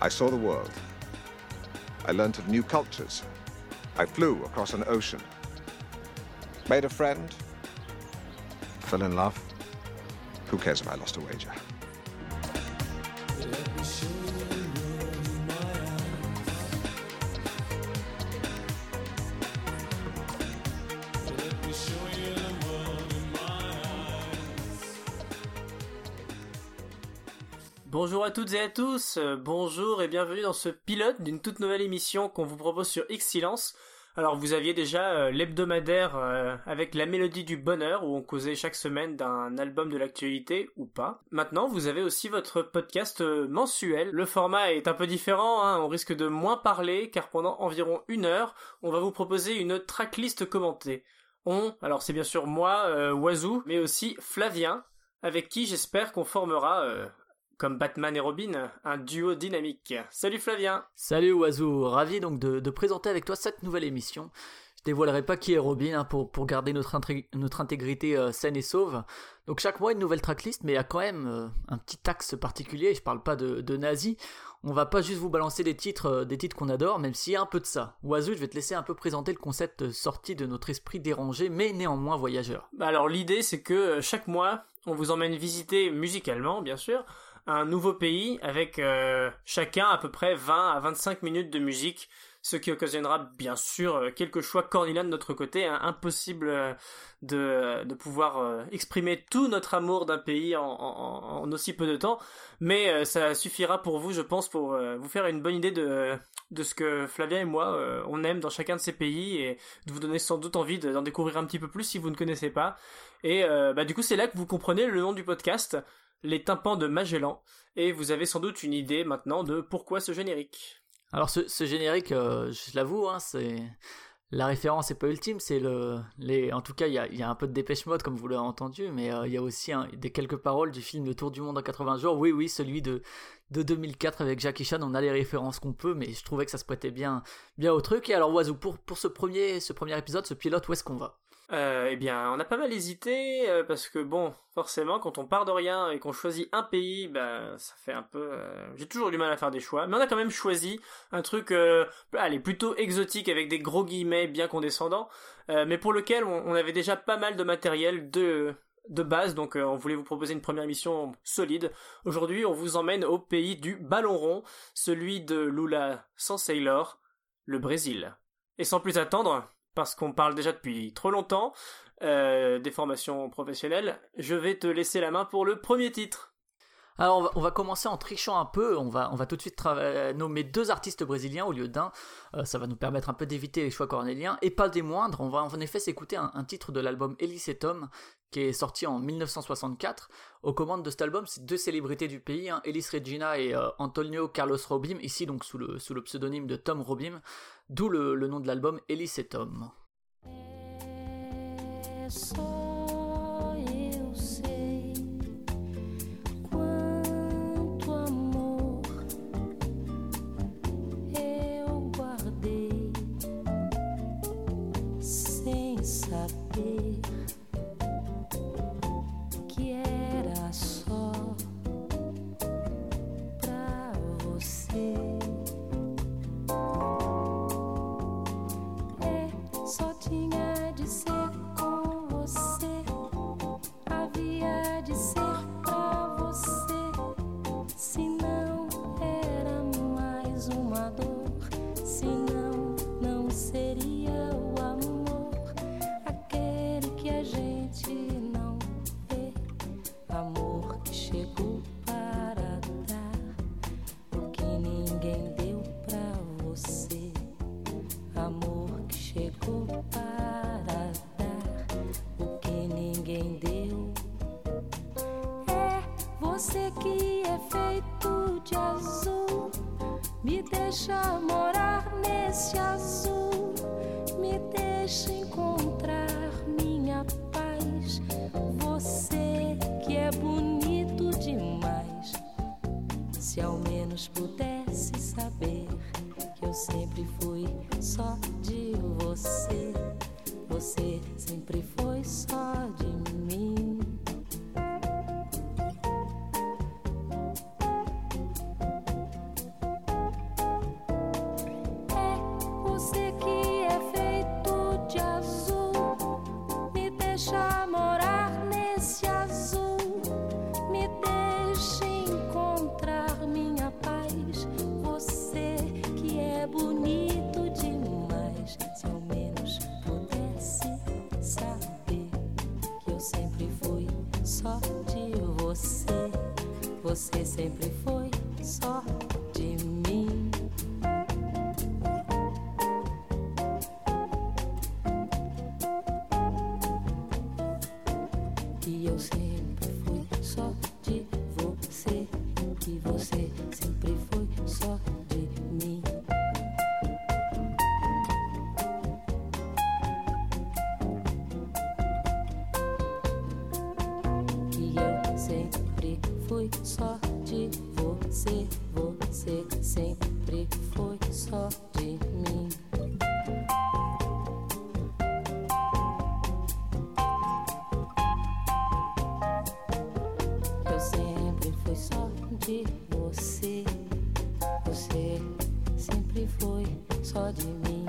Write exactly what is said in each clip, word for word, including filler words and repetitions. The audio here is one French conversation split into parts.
I saw the world. I learnt of new cultures. I flew across an ocean. Made a friend. Fell in love. Who cares if I lost a wager? Bonjour à toutes et à tous, euh, bonjour et bienvenue dans ce pilote d'une toute nouvelle émission qu'on vous propose sur X-Silence. Alors vous aviez déjà euh, l'hebdomadaire euh, avec la mélodie du bonheur où on causait chaque semaine d'un album de l'actualité ou pas. Maintenant vous avez aussi votre podcast euh, mensuel. Le format est un peu différent, hein, on risque de moins parler car pendant environ une heure on va vous proposer une tracklist commentée. On, alors c'est bien sûr moi, euh, Wazou, mais aussi Flavien, avec qui j'espère qu'on formera... Euh, comme Batman et Robin, un duo dynamique. Salut Flavien. Salut Oiseau, ravi donc de, de présenter avec toi cette nouvelle émission. Je dévoilerai pas qui est Robin hein, pour, pour garder notre, intré- notre intégrité euh, saine et sauve. Donc chaque mois une nouvelle tracklist, mais il y a quand même euh, un petit axe particulier, je parle pas de, de nazi. On va pas juste vous balancer des titres, euh, des titres qu'on adore, même s'il y a un peu de ça. Oiseau, je vais te laisser un peu présenter le concept sorti de notre esprit dérangé, mais néanmoins voyageur. Bah alors l'idée c'est que chaque mois, on vous emmène visiter musicalement, bien sûr, un nouveau pays avec euh, chacun à peu près vingt à vingt-cinq minutes de musique, ce qui occasionnera bien sûr quelques choix cornélans de notre côté, hein, impossible euh, de, de pouvoir euh, exprimer tout notre amour d'un pays en, en, en aussi peu de temps, mais euh, ça suffira pour vous, je pense, pour euh, vous faire une bonne idée de, de ce que Flavien et moi euh, on aime dans chacun de ces pays et de vous donner sans doute envie d'en découvrir un petit peu plus si vous ne connaissez pas. Et euh, bah, du coup c'est là que vous comprenez le nom du podcast, Les Tympans de Magellan, et vous avez sans doute une idée maintenant de pourquoi ce générique. Alors ce, ce générique, euh, je l'avoue, hein, c'est la référence n'est pas ultime, c'est le, les, en tout cas il y a, y a un peu de Dépêche Mode comme vous l'avez entendu, mais il euh, y a aussi un, des quelques paroles du film Le Tour du Monde en quatre-vingts jours. Oui oui, celui de de deux mille quatre avec Jackie Chan. On a les références qu'on peut, mais je trouvais que ça se prêtait bien bien au truc. Et alors Oiseau, pour pour ce premier ce premier épisode, ce pilote, où est-ce qu'on va? Euh, eh bien, on a pas mal hésité, euh, parce que bon, forcément, quand on part de rien et qu'on choisit un pays, bah, ça fait un peu... Euh, j'ai toujours eu du mal à faire des choix, mais on a quand même choisi un truc, euh, allez, plutôt exotique, avec des gros guillemets bien condescendants, euh, mais pour lequel on, on avait déjà pas mal de matériel de... de base, donc euh, on voulait vous proposer une première émission solide. Aujourd'hui, on vous emmène au pays du ballon rond, celui de Lula sans Sailor, le Brésil. Et sans plus attendre... parce qu'on parle déjà depuis trop longtemps euh, des formations professionnelles, je vais te laisser la main pour le premier titre. Alors on va, on va commencer en trichant un peu, on va, on va tout de suite tra- nommer deux artistes brésiliens au lieu d'un, euh, ça va nous permettre un peu d'éviter les choix cornéliens, et pas des moindres, on va en effet s'écouter un, un titre de l'album Elis et Tom, qui est sorti en dix-neuf cent soixante-quatre. Aux commandes de cet album, c'est deux célébrités du pays, hein, Elis Regina et euh, Antonio Carlos Jobim, ici donc sous le, sous le pseudonyme de Tom Jobim, d'où le, le nom de l'album Elis et Tom. você sempre foi só de mim. Que eu sempre fui só de você, que você sempre foi só de mim. Que eu sempre fui só de você, você sempre foi só de mim. Eu sempre fui só de você, você sempre foi só de mim.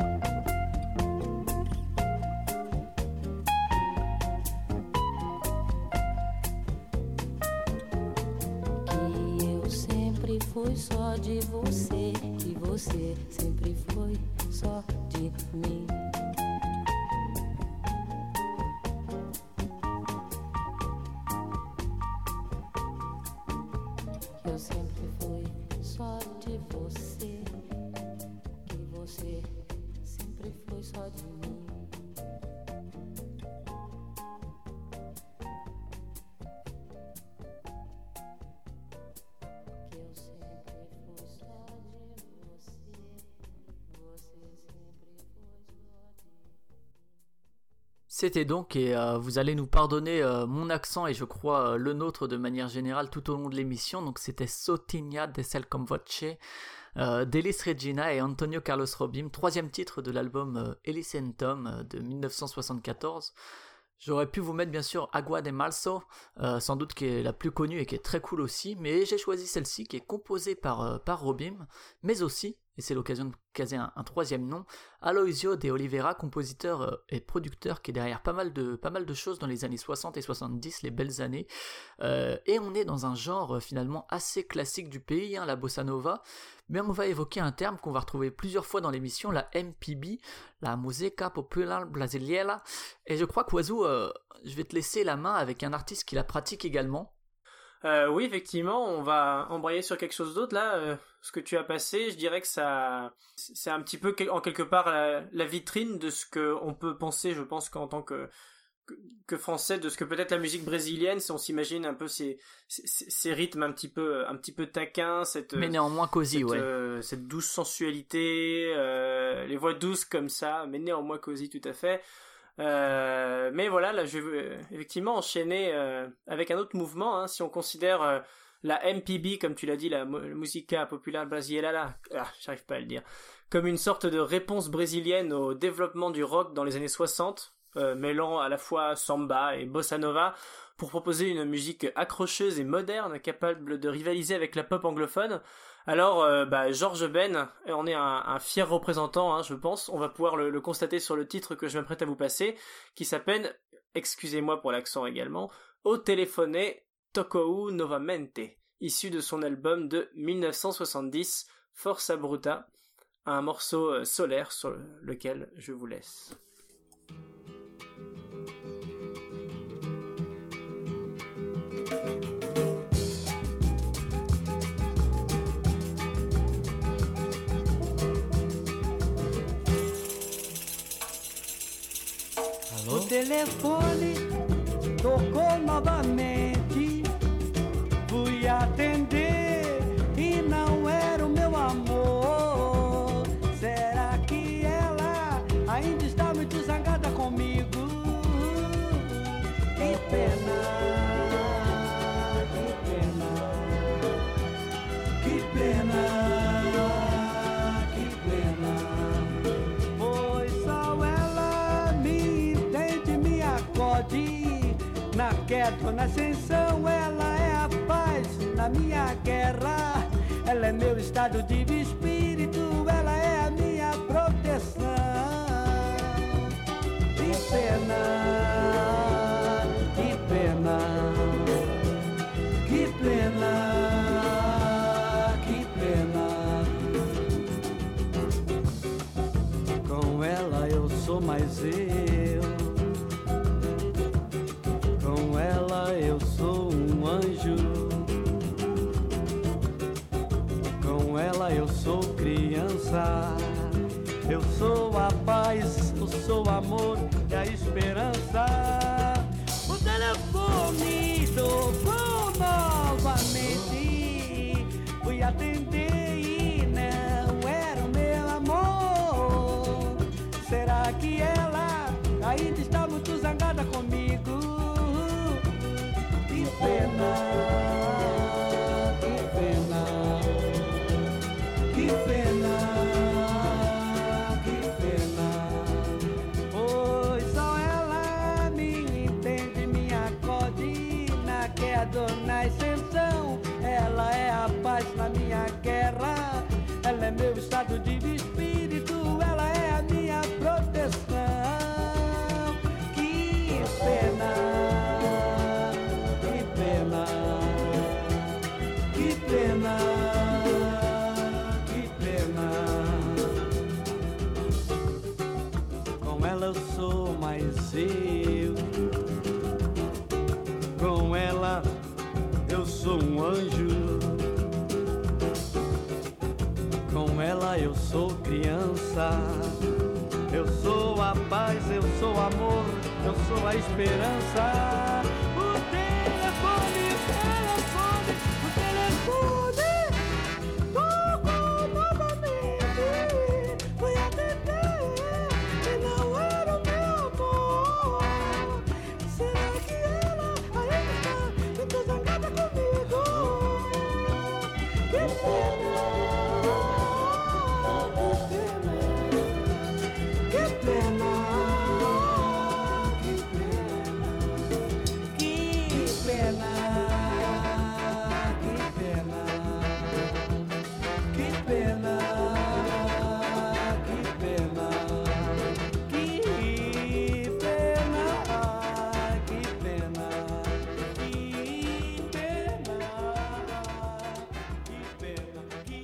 Que eu sempre fui só de você, e você sempre foi só de mim. Eu sempre fui só de você, que você sempre foi só de mim. Que eu sempre fui só de você, você sempre foi só de mim. C'était donc, et euh, vous allez nous pardonner euh, mon accent et je crois euh, le nôtre de manière générale tout au long de l'émission, donc c'était Sotinha de Cel Comme Voce, euh, d'Elis Regina et Antonio Carlos Jobim, troisième titre de l'album euh, Elis and Tom euh, de mille neuf cent soixante-quatorze. J'aurais pu vous mettre bien sûr Agua de Marzo, euh, sans doute qui est la plus connue et qui est très cool aussi, mais j'ai choisi celle-ci qui est composée par, euh, par Jobim, mais aussi, et c'est l'occasion de caser un, un troisième nom, Aloisio de Oliveira, compositeur euh, et producteur qui est derrière pas mal, de, pas mal de choses dans les années soixante et soixante-dix, les belles années, euh, et on est dans un genre euh, finalement assez classique du pays, hein, la bossa nova, mais on va évoquer un terme qu'on va retrouver plusieurs fois dans l'émission, la M P B, la Música Popular Brasileira, et je crois qu'Oiseau, euh, je vais te laisser la main avec un artiste qui la pratique également. Euh, oui, effectivement, on va embrayer sur quelque chose d'autre là. Euh, ce que tu as passé, je dirais que ça, c'est un petit peu en quelque part la, la vitrine de ce que on peut penser, je pense qu'en tant que que, que français, de ce que peut être la musique brésilienne, si on s'imagine un peu ces, ces, ces rythmes un petit peu un petit peu taquins, cette mais néanmoins cosy, cette, ouais. euh, cette douce sensualité, euh, les voix douces comme ça, mais néanmoins cosy, tout à fait. Euh, mais voilà, là je vais euh, effectivement enchaîner euh, avec un autre mouvement, hein, si on considère euh, la M P B, comme tu l'as dit, la Música Popular Brasileira, ah, j'arrive pas à le dire, comme une sorte de réponse brésilienne au développement du rock dans les années soixante, euh, mêlant à la fois samba et bossa nova, pour proposer une musique accrocheuse et moderne, capable de rivaliser avec la pop anglophone. Alors, euh, bah, George Ben, on est un, un fier représentant, hein, je pense. On va pouvoir le, le constater sur le titre que je m'apprête à vous passer, qui s'appelle, excusez-moi pour l'accent également, O Telefone Tocou Novamente, issu de son album de mille neuf cent soixante-dix, Força Bruta, un morceau solaire sur lequel je vous laisse. O telefone tocou novamente, fui atender e não era o meu amor. Será que ela ainda está muito zangada comigo? Que pena, que pena, que pena, que pena. Pois só ela me entende, me acode. Na queda ou na ascensão, ela é a paz na minha guerra. Ela é meu estado de espírito, ela é a minha proteção. Que pena, que pena, que pena, que pena. Com ela eu sou mais eu. Com ela eu sou um anjo. ela eu sou criança. Eu sou a paz, eu sou o amor e a esperança. O telefone tocou novamente. Fui atender e não era o meu amor. Será que ela ainda está muito zangada comigo? Que pena, que pena, que pena. Na exceção, ela é a paz na minha guerra. Ela é meu estado de espírito, ela é a minha proteção. Que pena, que pena, que pena, que pena. Com ela eu sou mais eu. Com ela eu sou um anjo. Com ela eu sou criança. Eu sou a paz, eu sou o amor, eu sou a esperança. O telefone, o telefone, o telefone tocou novamente. Fui atender e não era o meu amor. Será que ela ainda está muito zangada comigo? Que pena, que pena, que pena, que pena, que pena, que pena, que pena, que pena, que pena, que pena, que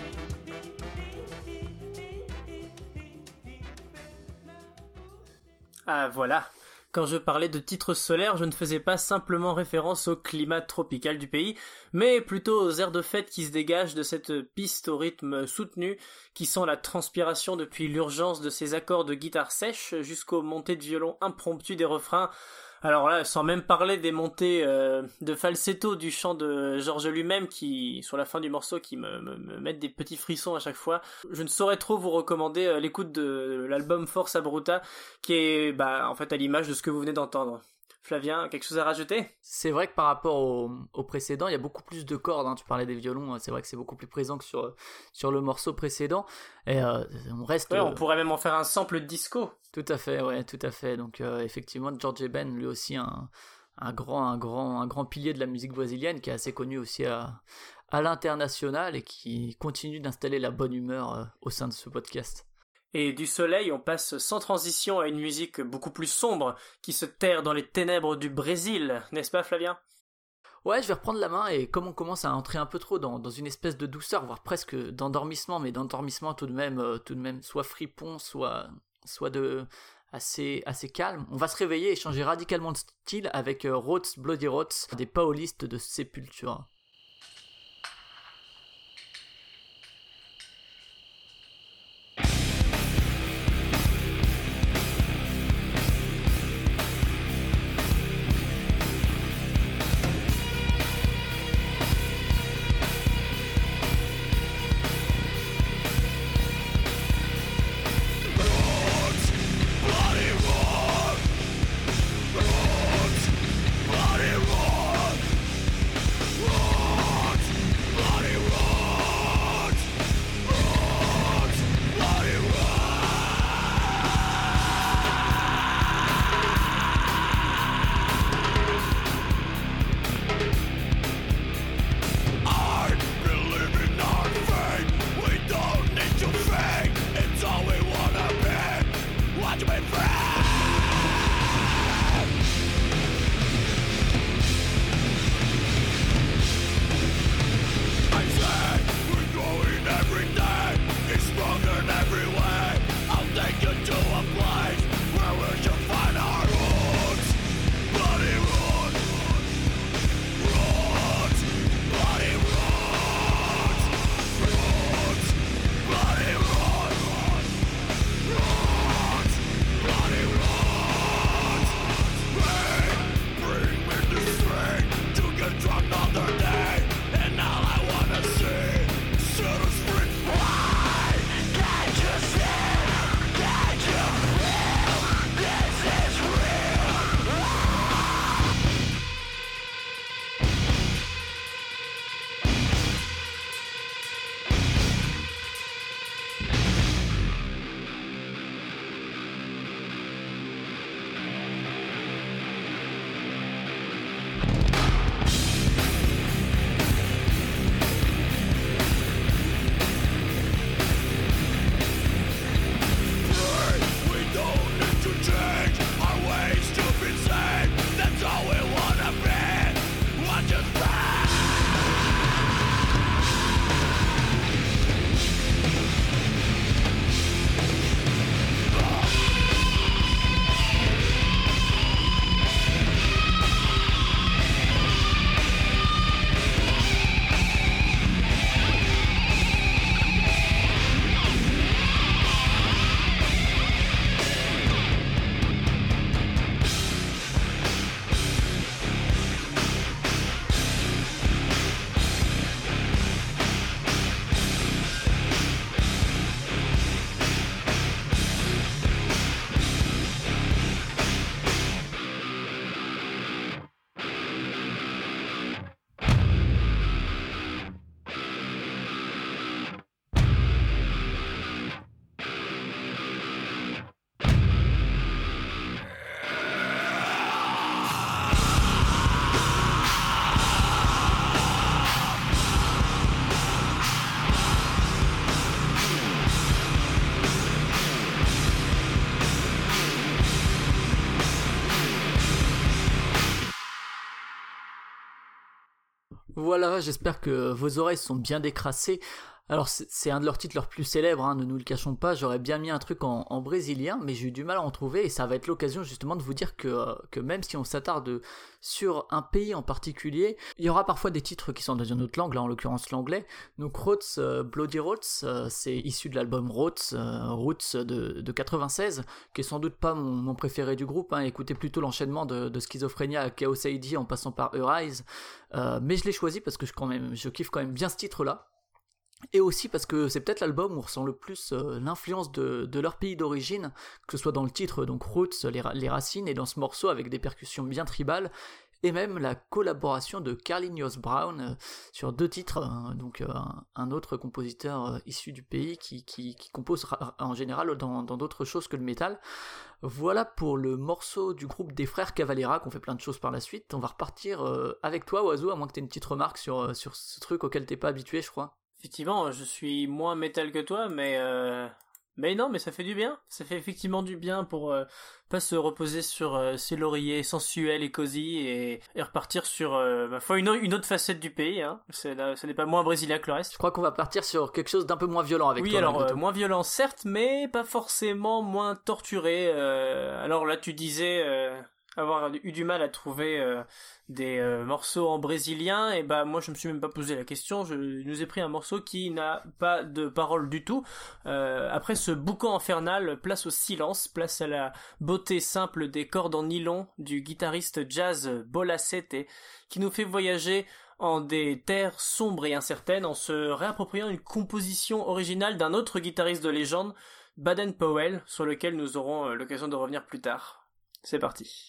Ah voilà. Quand je parlais de titres solaires, je ne faisais pas simplement référence au climat tropical du pays, mais plutôt aux airs de fête qui se dégagent de cette piste au rythme soutenu, qui sent la transpiration depuis l'urgence de ces accords de guitare sèche jusqu'aux montées de violon impromptues des refrains. Alors là, sans même parler des montées euh, de falsetto du chant de Georges lui-même qui, sur la fin du morceau, qui me, me, me mettent des petits frissons à chaque fois. Je ne saurais trop vous recommander euh, l'écoute de l'album Forza Bruta, qui est bah, en fait à l'image de ce que vous venez d'entendre. Flavien, quelque chose à rajouter ? C'est vrai que par rapport au, au précédent, il y a beaucoup plus de cordes, hein. Tu parlais des violons, c'est vrai que c'est beaucoup plus présent que sur, sur le morceau précédent. Et euh, on reste... Ouais, euh... on pourrait même en faire un sample disco. Tout à fait, ouais, tout à fait. Donc euh, effectivement, George Ben, lui aussi un, un, grand, un, grand, un grand pilier de la musique brésilienne, qui est assez connu aussi à, à l'international et qui continue d'installer la bonne humeur euh, au sein de ce podcast. Et du soleil, on passe sans transition à une musique beaucoup plus sombre, qui se terre dans les ténèbres du Brésil, n'est-ce pas Flavien ? Ouais, je vais reprendre la main, et comme on commence à entrer un peu trop dans, dans une espèce de douceur, voire presque d'endormissement, mais d'endormissement tout de même, euh, tout de même soit fripon, soit, soit de assez, assez calme, on va se réveiller et changer radicalement de style avec euh, Roads Bloody Roads, des paolistes de Sepultura. Whoa! Voilà, j'espère que vos oreilles sont bien décrassées. Alors c'est, c'est un de leurs titres leurs plus célèbres, hein, ne nous le cachons pas, j'aurais bien mis un truc en, en brésilien, mais j'ai eu du mal à en trouver, et ça va être l'occasion justement de vous dire que, que même si on s'attarde sur un pays en particulier, il y aura parfois des titres qui sont dans une autre langue, là en l'occurrence l'anglais. Donc Roots, euh, Bloody Roots, euh, c'est issu de l'album Roots, euh, Roots de, de quatre-vingt-seize, qui est sans doute pas mon, mon préféré du groupe, hein, écoutez plutôt l'enchaînement de, de Schizophrénia à Chaos A D en passant par Arise, euh, mais je l'ai choisi parce que je, quand même, je kiffe quand même bien ce titre-là. Et aussi parce que c'est peut-être l'album où on ressent le plus euh, l'influence de, de leur pays d'origine, que ce soit dans le titre, donc Roots, les, les racines, et dans ce morceau avec des percussions bien tribales, et même la collaboration de Carlinhos Brown euh, sur deux titres, hein, donc euh, un, un autre compositeur euh, issu du pays qui, qui, qui compose ra- en général dans, dans d'autres choses que le métal. Voilà pour le morceau du groupe des frères Cavalera, qu'on fait plein de choses par la suite. On va repartir euh, avec toi, Oiseau, à moins que tu aies une petite remarque sur, euh, sur ce truc auquel t'es pas habitué, je crois. Effectivement, je suis moins métal que toi, mais euh... mais non, mais ça fait du bien. Ça fait effectivement du bien pour euh, pas se reposer sur euh, ses lauriers sensuels et cosy et, et repartir sur euh, ma foi une, o- une autre facette du pays. Hein. C'est, là, ce n'est pas moins brésilien que le reste. Je crois qu'on va partir sur quelque chose d'un peu moins violent avec oui, toi. alors malgré euh, tout. moins violent certes, mais pas forcément moins torturé. Euh... Alors là, tu disais euh, avoir eu du mal à trouver euh, des euh, morceaux en brésilien, et bah moi je me suis même pas posé la question, je nous ai pris un morceau qui n'a pas de paroles du tout. Euh, après ce boucan infernal, place au silence, place à la beauté simple des cordes en nylon du guitariste jazz Bolacete, qui nous fait voyager en des terres sombres et incertaines en se réappropriant une composition originale d'un autre guitariste de légende, Baden Powell, sur lequel nous aurons euh, l'occasion de revenir plus tard. C'est parti.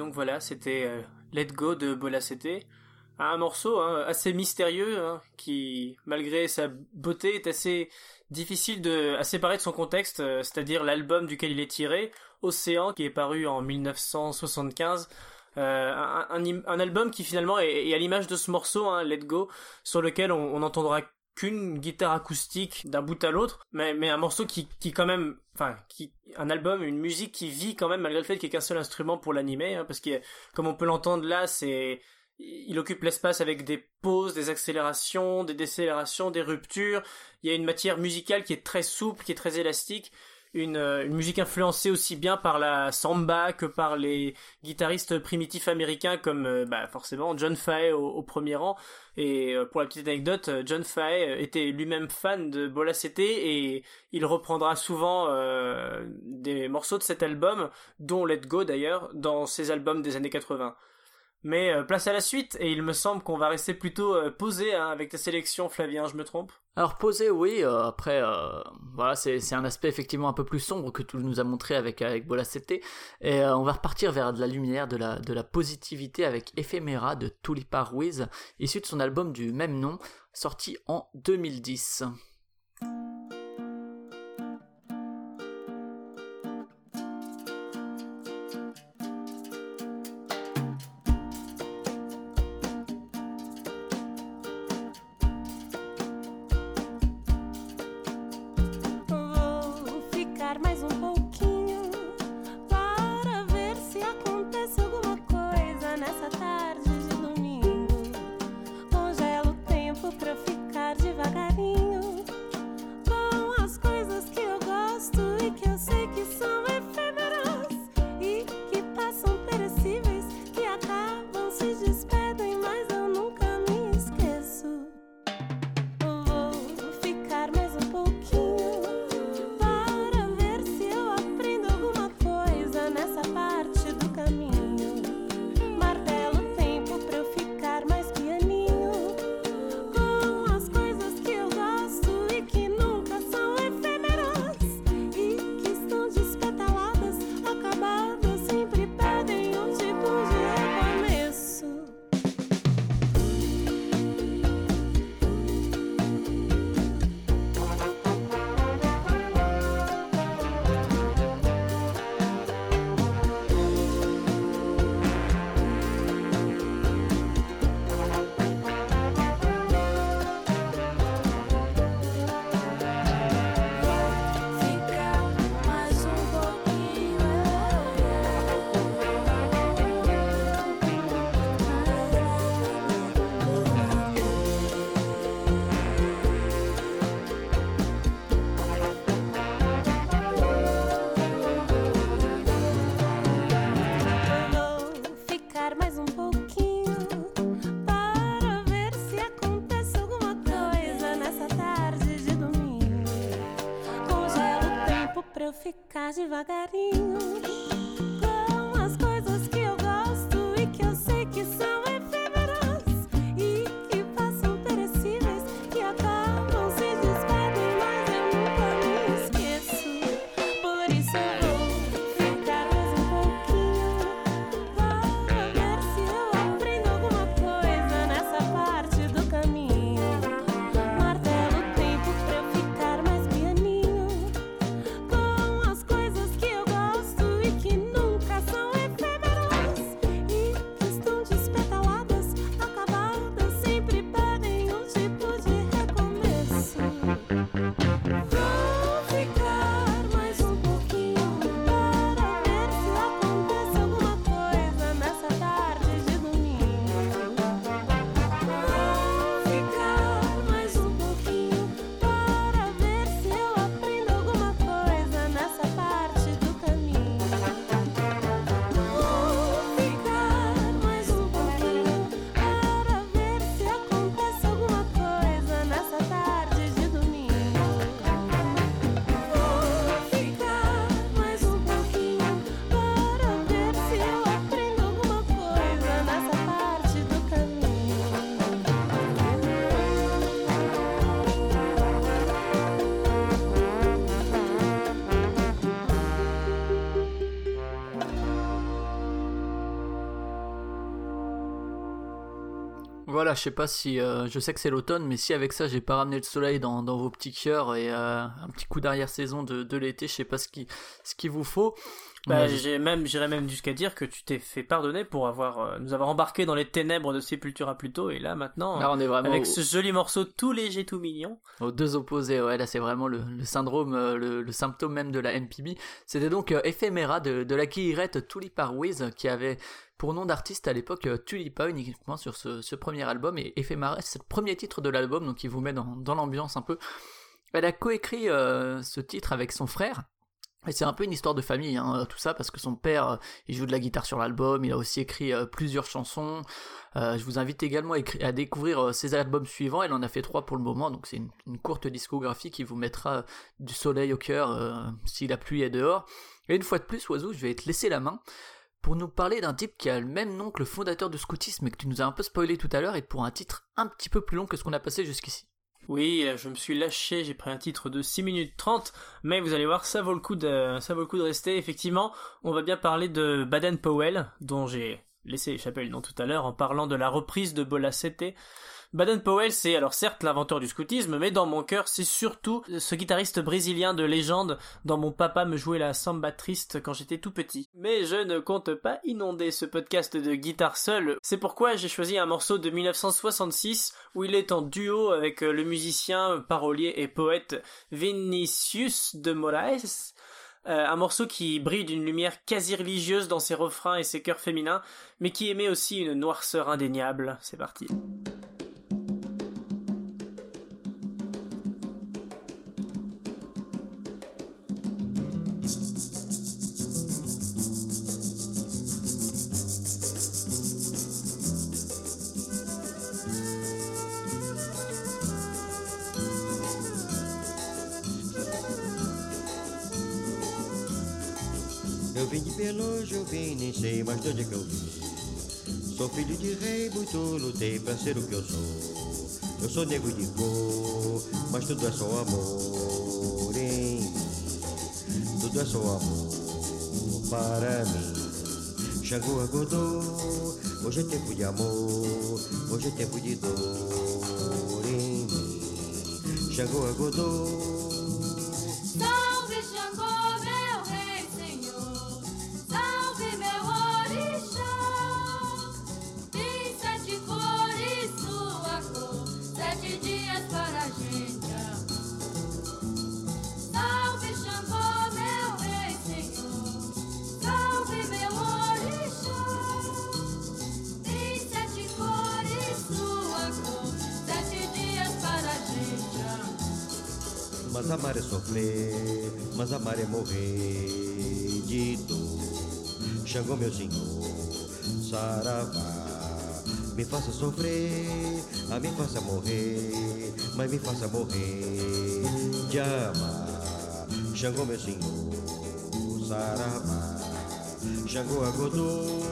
donc voilà, c'était euh, Let Go de Bola Sete. Un morceau hein, assez mystérieux, hein, qui, malgré sa beauté, est assez difficile de, à séparer de son contexte, euh, c'est-à-dire l'album duquel il est tiré, Océan, qui est paru en dix-neuf cent soixante-quinze. Euh, un, un, un album qui finalement est, est à l'image de ce morceau, hein, Let Go, sur lequel on, on n'entendra qu'une guitare acoustique d'un bout à l'autre, mais, mais un morceau qui, qui quand même, enfin, qui, un album, une musique qui vit quand même malgré le fait qu'il n'y ait qu'un seul instrument pour l'animer, hein, parce que, comme on peut l'entendre là, c'est, il occupe l'espace avec des pauses, des accélérations, des décélérations, des ruptures. Il y a une matière musicale qui est très souple, qui est très élastique. Une, une musique influencée aussi bien par la samba que par les guitaristes primitifs américains comme bah, forcément John Fahey au, au premier rang. Et pour la petite anecdote, John Fahey était lui-même fan de Bola Sete et il reprendra souvent euh, des morceaux de cet album, dont Let Go d'ailleurs, dans ses albums des années quatre-vingts. Mais euh, place à la suite, et il me semble qu'on va rester plutôt euh, posé hein, avec ta sélection, Flavien, je me trompe? Alors posé, oui, euh, après, euh, voilà, c'est, c'est un aspect effectivement un peu plus sombre que tu nous as montré avec, avec Bola Sete, et euh, on va repartir vers de la lumière, de la, de la positivité avec Ephéméra de Tulipa Ruiz, issu de son album du même nom, sorti en deux mille dix. Ficar devagarinho com as coisas que eu gosto e que eu sei que são efêmeras e que passam perecíveis, que acabam, se despedem, mas eu nunca me esqueço. Por isso eu vou ficar mais um pouquinho para ver se eu aprendo alguma coisa nessa parte do caminho. Martelo o tempo pra eu ficar mais pianinho. Que eu gosto e que nunca são efêmeras e que estão despertando. Voilà, je sais pas si, euh, je sais que c'est l'automne, mais si avec ça j'ai pas ramené le soleil dans, dans vos petits cœurs et euh, un petit coup d'arrière-saison de, de l'été, je sais pas ce qui, ce qu'il vous faut. Bah, Mais- j'ai même, j'irais même jusqu'à dire que tu t'es fait pardonner pour avoir, euh, nous avoir embarqué dans les ténèbres de Sepultura plus tôt, et là maintenant, Là on est vraiment avec au- ce joli morceau tout léger, tout mignon. aux deux opposés, ouais, là c'est vraiment le, le syndrome, euh, le, le symptôme même de la M P B. C'était donc euh, Ephéméra de, de la guillerette Tulipa Ruiz qui avait pour nom d'artiste à l'époque euh, Tulipa uniquement sur ce, ce premier album, et Ephéméra c'est le premier titre de l'album, donc il vous met dans, dans l'ambiance un peu. Elle a coécrit euh, ce titre avec son frère. Et c'est un peu une histoire de famille, hein, tout ça, parce que son père, euh, il joue de la guitare sur l'album, il a aussi écrit euh, plusieurs chansons. Euh, je vous invite également à, écri- à découvrir euh, ses albums suivants, elle en a fait trois pour le moment, donc c'est une, une courte discographie qui vous mettra euh, du soleil au cœur euh, si la pluie est dehors. Et une fois de plus, Oiseau, je vais te laisser la main pour nous parler d'un type qui a le même nom que le fondateur du scoutisme, et que tu nous as un peu spoilé tout à l'heure, et pour un titre un petit peu plus long que ce qu'on a passé jusqu'ici. Oui, je me suis lâché, j'ai pris un titre de six minutes trente, mais vous allez voir, ça vaut le coup de, ça vaut le coup de rester. Effectivement, on va bien parler de Baden-Powell, dont j'ai laissé échapper le nom tout à l'heure en parlant de la reprise de Bola Sete. Baden-Powell, c'est alors certes l'inventeur du scoutisme, mais dans mon cœur, c'est surtout ce guitariste brésilien de légende dont mon papa me jouait la samba triste quand j'étais tout petit. Mais je ne compte pas inonder ce podcast de guitare seul, c'est pourquoi j'ai choisi un morceau de mille neuf cent soixante-six où il est en duo avec le musicien, parolier et poète Vinicius de Moraes. Euh, un morceau qui brille d'une lumière quasi religieuse dans ses refrains et ses chœurs féminins, mais qui émet aussi une noirceur indéniable. C'est parti. Eu vim de Pelojo, eu vim, nem sei mais de onde é que eu vim. Sou filho de rei, muito lutei pra ser o que eu sou. Eu sou negro de cor, mas tudo é só amor em mim. Tudo é só amor para mim. Xangô Agodô, hoje é tempo de amor, hoje é tempo de dor em mim. Xangô Agodô. Salve Xangô, meu rei, senhor. Salve meu orixá. Tem sete cores, sua cor. Sete dias para a gente amar. Salve Xangô, meu rei, senhor. Salve meu orixá. Tem sete cores, sua cor. Sete dias para a gente amar. Mas amar é sofrer, mas amar é morrer de dor. Xangô, meu senhor, saravá. Me faça sofrer, a me faça morrer, mas me faça morrer de amar. Xangô, meu senhor, saravá. Xangô, Agodô.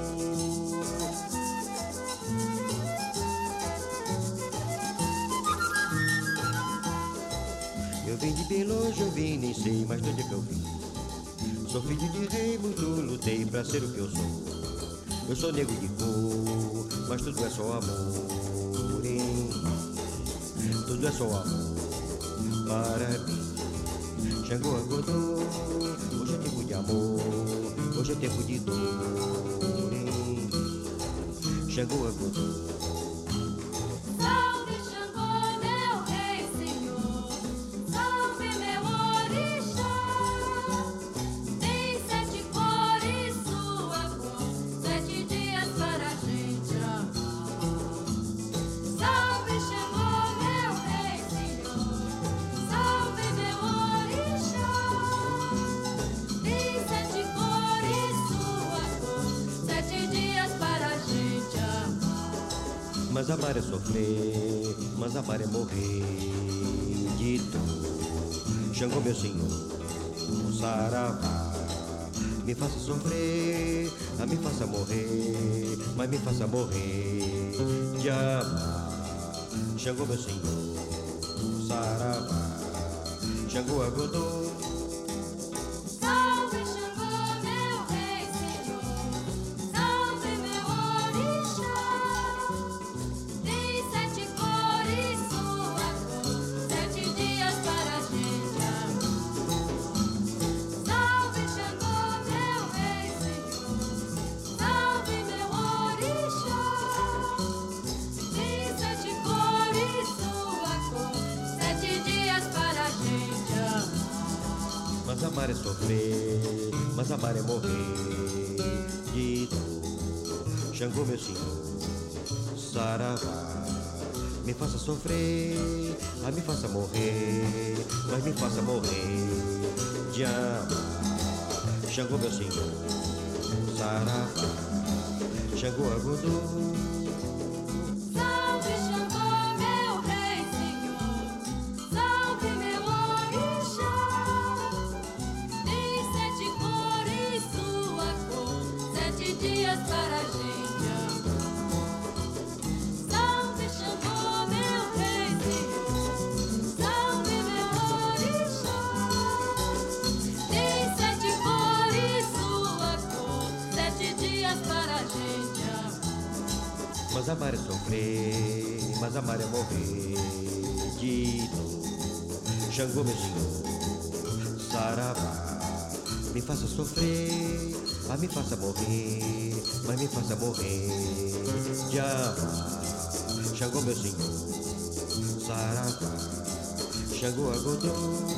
Eu vim de bem longe, eu vim, nem sei mais de onde é que eu vim. Sou filho de rei, muito lutei pra ser o que eu sou. Eu sou negro de cor, mas tudo é só amor em mim. Tudo é só amor para mim. Xangô Agodô, hoje é tempo de amor, hoje é tempo de dor em mim. Xangô Agodô. Salve Xangô, meu rei, senhor. Salve meu orixá. Tem sete cores, sua cor. Sete dias para a gente amar. Salve Xangô, meu rei, senhor. Salve meu orixá. Tem sete cores, sua cor. Sete dias para a gente amar. Mas amar é sofrer, mas amar é morrer de dor. Xangô, meu senhor, saravá. Me faça sofrer, a me faça morrer, mas me faça morrer de amar. Xangô, meu senhor, saravá. Xangô Agodô. Salve Xangô, meu rei, senhor. Salve meu orixá. Tem amar é sofrer, mas amar é morrer. Dito, Xangô meu senhor, saravá, me faça sofrer, ah, me faça morrer, mas me faça morrer de amar. Xangô meu senhor, saravá, Xangô Agudô. Salve Xangô, meu rei senhor, salve meu orixá. Tem sete cores sua cor, sete dias para a gente amar. Salve Xangô, meu rei senhor, salve meu orixá. Tem sete cores sua cor, sete dias para a gente amar. Mas amar é sofrer, mas amar é morrer. Dito, Xangô meu senhor, saravá, me faça sofrer, ah, me faça morrer, mas me faça morrer de amar. Xangô meu senhor, saravá, Xangô Agudô.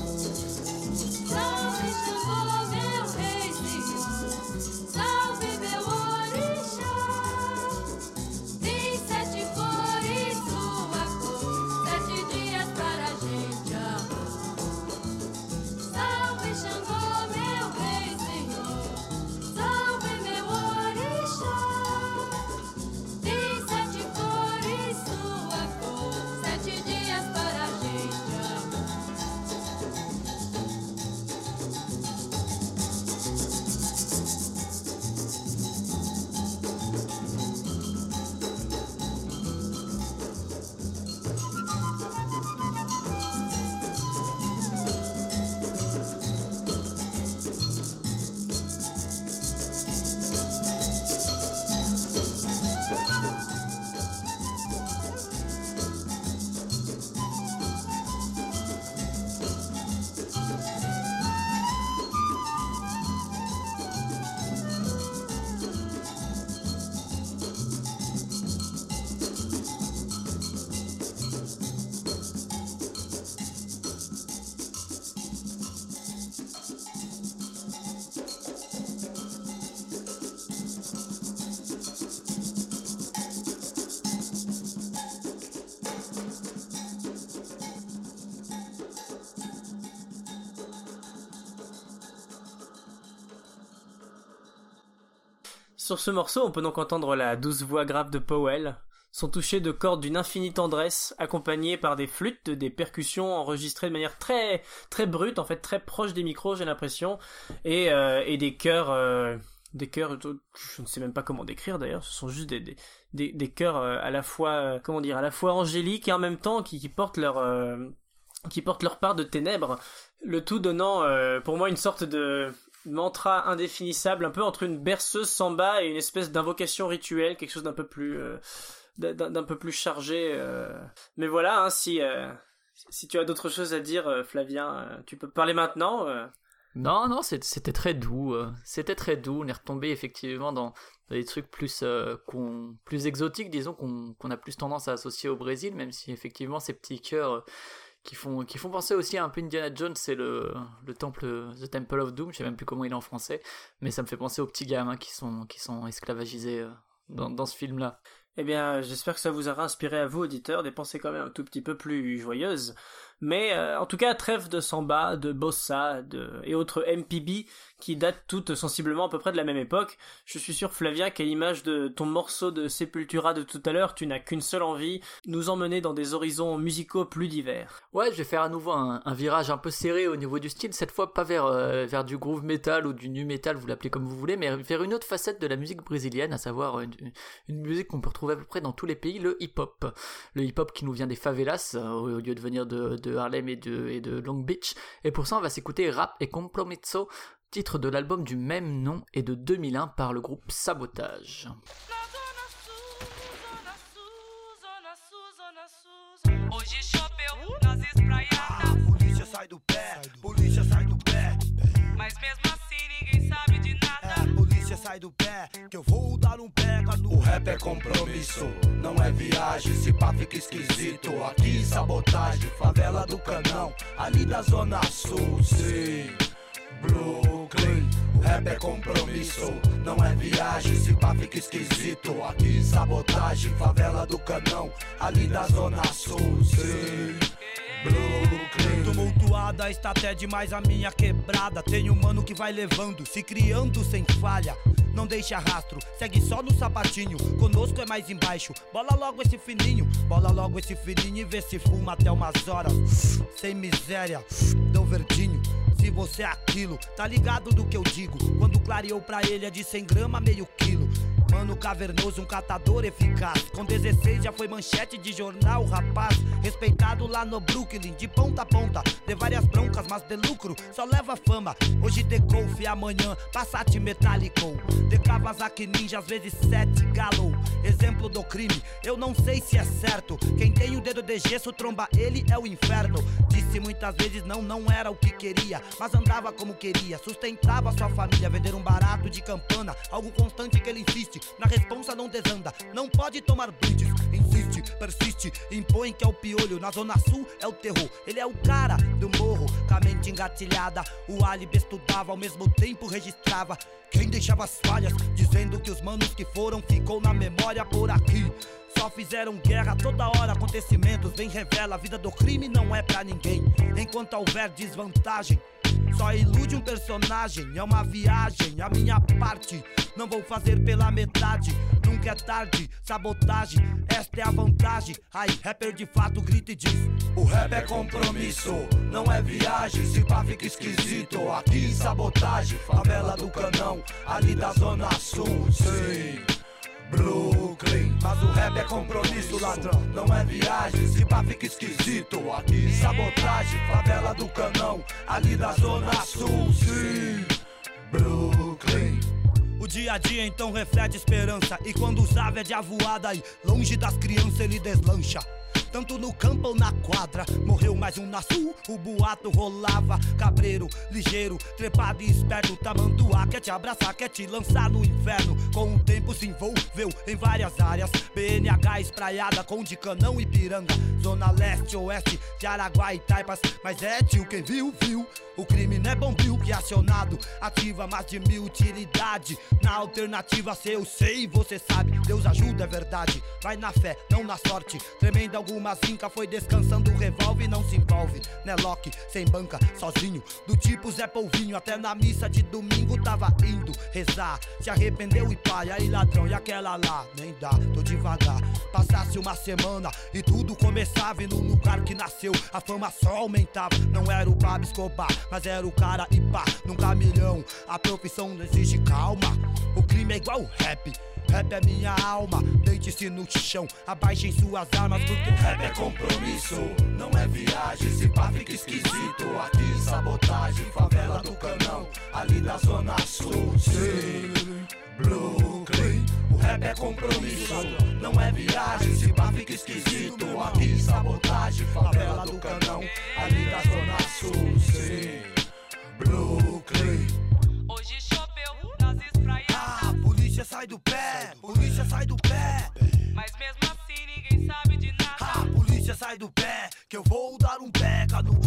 Salve Xangô, meu rei senhor, salve meu orixá. Tem sete cores sua cor, sete dias para a gente amar. Salve Xangô, meu rei senhor, salve meu orixá. Tem sete cores sua cor, sete dias para a gente amar. Sur ce morceau, on peut donc entendre la douce voix grave de Powell, son toucher de cordes d'une infinie tendresse, accompagné par des flûtes, des percussions enregistrées de manière très très brute, en fait très proche des micros, j'ai l'impression, et euh, et des chœurs, euh, des chœurs, je ne sais même pas comment décrire d'ailleurs, ce sont juste des des des, des chœurs euh, à la fois, euh, comment dire, à la fois angéliques et en même temps qui, qui portent leur euh, qui portent leur part de ténèbres, le tout donnant euh, pour moi une sorte de mantra indéfinissable, un peu entre une berceuse samba et une espèce d'invocation rituelle, quelque chose d'un peu plus euh, d'un, d'un peu plus chargé. Euh... Mais voilà, hein, si euh, si tu as d'autres choses à dire, euh, Flavien, euh, tu peux parler maintenant. Euh... Non, non, c'est- c'était très doux. euh, C'était très doux. On est retombé effectivement dans, dans des trucs plus, euh, qu'on- plus exotiques, disons, qu'on qu'on a plus tendance à associer au Brésil, même si effectivement ces petits chœurs euh, qui font, qui font penser aussi à un peu Indiana Jones, c'est le, le temple, The Temple of Doom, je sais même plus comment il est en français, mais ça me fait penser aux petits gamins qui sont, qui sont esclavagisés euh, dans, dans ce film-là. Eh bien, j'espère que ça vous aura inspiré à vous, auditeurs, des pensées quand même un tout petit peu plus joyeuses. Mais euh, en tout cas, trêve de samba, de bossa de... et autres M P B qui datent toutes sensiblement à peu près de la même époque. Je suis sûr, Flavien, qu'à l'image de ton morceau de Sepultura de tout à l'heure, tu n'as qu'une seule envie, nous emmener dans des horizons musicaux plus divers. Ouais, je vais faire à nouveau un, un virage un peu serré au niveau du style, cette fois pas vers, euh, vers du groove metal ou du nu metal, vous l'appelez comme vous voulez, mais vers une autre facette de la musique brésilienne, à savoir une, une musique qu'on peut retrouver à peu près dans tous les pays, le hip-hop. Le hip-hop qui nous vient des favelas, euh, au lieu de venir de, de Harlem et de, et de Long Beach. Et pour ça, on va s'écouter Rap et Compromiso, titre de l'album du même nom et de deux mille un par le groupe Sabotage. Hoje choveu nas espraiadas, Polícia sai do pé, polícia sai do pé. mas mesmo assim ninguém sabe de nada. É, polícia sai do pé, que eu vou dar um pega no. O rap é compromisso, não é viagem. Se pá fica esquisito, aqui sabotagem. Favela do Canão, ali da Zona Sul, sim. Brooklyn, o rap é compromisso, não é viagem, se pá fica esquisito. Aqui sabotagem, favela do Canão, ali da Zona Sul, sim. Brooklyn, tumultuada está até demais a minha quebrada. Tem um mano que vai levando, se criando sem falha. Não deixa rastro, segue só no sapatinho. Conosco é mais embaixo, bola logo esse fininho. Bola logo esse fininho e vê se fuma até umas horas. Sem miséria, deu verdinho. Se você é aquilo, tá ligado do que eu digo. Quando clareou pra ele é de cem gramas, meio quilo. Mano cavernoso, um catador eficaz. Com dezesseis já foi manchete de jornal, rapaz. Respeitado lá no Brooklyn, de ponta a ponta. De várias broncas, mas de lucro, só leva fama. Hoje de Golf, amanhã Passat Metallico. De Kawasaki Ninja, às vezes sete Galo. Exemplo do crime, eu não sei se é certo. Quem tem o dedo de gesso, tromba ele é o inferno. Disse muitas vezes não, não era o que queria, mas andava como queria, sustentava sua família. Vender um barato de campana, algo constante que ele insiste. Na responsa não desanda, não pode tomar blitz. Insiste, persiste, impõe que é o piolho. Na Zona Sul é o terror, ele é o cara do morro. Com a mente engatilhada, o álibi estudava, ao mesmo tempo registrava quem deixava as falhas, dizendo que os manos que foram ficou na memória por aqui. Só fizeram guerra toda hora, acontecimentos vem revela. A vida do crime não é pra ninguém, enquanto houver desvantagem. Só ilude um personagem, é uma viagem. A minha parte, não vou fazer pela metade. Nunca é tarde, sabotagem, esta é a vantagem. Aí, rapper de fato grita e diz: o rap é compromisso, não é viagem. Se pá fica esquisito, aqui sabotagem. Favela do Canão, ali da Zona Sul, sim. Brooklyn, mas o rap é compromisso, ladrão, não é viagem. Se pá fica esquisito, aqui sabotagem. Favela do Canão, ali da Zona Sul, sim. Brooklyn. O dia a dia então reflete esperança, e quando os ave é de avoada aí, longe das crianças ele deslancha. Tanto no campo ou na quadra, morreu mais um na sul, o boato rolava. Cabreiro, ligeiro, trepado e esperto, tamanduá, quer te abraçar, quer te lançar no inferno. Com o tempo se envolveu em várias áreas, B N H espraiada com de Canão e Piranga. Zona leste, oeste, de Araguá e Taipas. Mas é tio, quem viu, viu. O crime não é bombril que acionado ativa mais de mil utilidade. Na alternativa, se eu sei, você sabe, Deus ajuda, é verdade. Vai na fé, não na sorte. Tremenda alguma zinca, foi descansando o revólver e não se envolve. Né, Loki, sem banca, sozinho, do tipo Zé Polvinho. Até na missa de domingo tava indo rezar. Se arrependeu e pai, aí ladrão, e aquela lá, nem dá, tô devagar. Passasse uma semana e tudo começava, e no lugar que nasceu a fama só aumentava. Não era o Pablo Escobar, mas era o cara e pá, num caminhão. A profissão não exige calma, o crime é igual rap. Rap é minha alma, deite-se no chão, abaixem suas armas, porque rap é compromisso, não é viagem. Se pá fica esquisito, aqui sabotagem. Favela do Canão, ali da Zona Sul, sim. Brooklyn, o rap é compromisso, não é viagem. Se pá fica esquisito, aqui sabotagem. Favela do Canão, ali da Zona Sul, sim. Brooklyn. Hoje choveu nas espraiadas, Ah, polícia sai do pé, polícia sai do pé. mas mesmo assim ninguém sabe de Ah, nada. polícia sai do pé, que eu vou dar um pega no...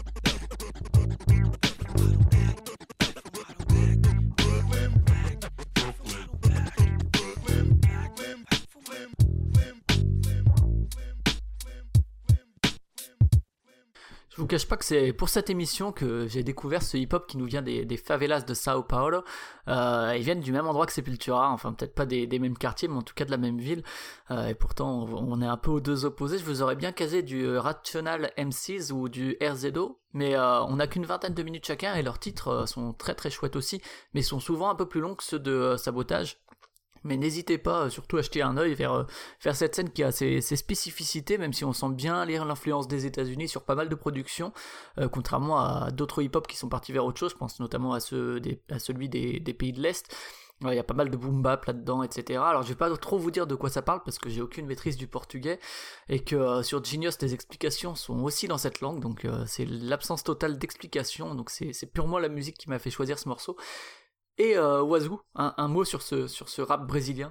Je vous cache pas que c'est pour cette émission que j'ai découvert ce hip-hop qui nous vient des, des favelas de Sao Paulo. Euh, ils viennent du même endroit que Sepultura, enfin peut-être pas des, des mêmes quartiers, mais en tout cas de la même ville. Euh, et pourtant, on est un peu aux deux opposés. Je vous aurais bien casé du Rational M Cs ou du R Z O, mais euh, on n'a qu'une vingtaine de minutes chacun et leurs titres euh, sont très très chouettes aussi, mais sont souvent un peu plus longs que ceux de euh, Sabotage. Mais n'hésitez pas, euh, surtout à jeter un œil vers, euh, vers cette scène qui a ses, ses spécificités, même si on sent bien lire l'influence des États-Unis sur pas mal de productions, euh, contrairement à d'autres hip-hop qui sont partis vers autre chose. Je pense notamment à, ceux des, à celui des, des pays de l'Est. Il ouais, y a pas mal de boom bap là-dedans, et cetera. Alors je vais pas trop vous dire de quoi ça parle parce que j'ai aucune maîtrise du portugais et que euh, sur Genius les explications sont aussi dans cette langue, donc euh, c'est l'absence totale d'explications, donc c'est, c'est purement la musique qui m'a fait choisir ce morceau. Et euh, Wazoo, un, un mot sur ce, sur ce rap brésilien.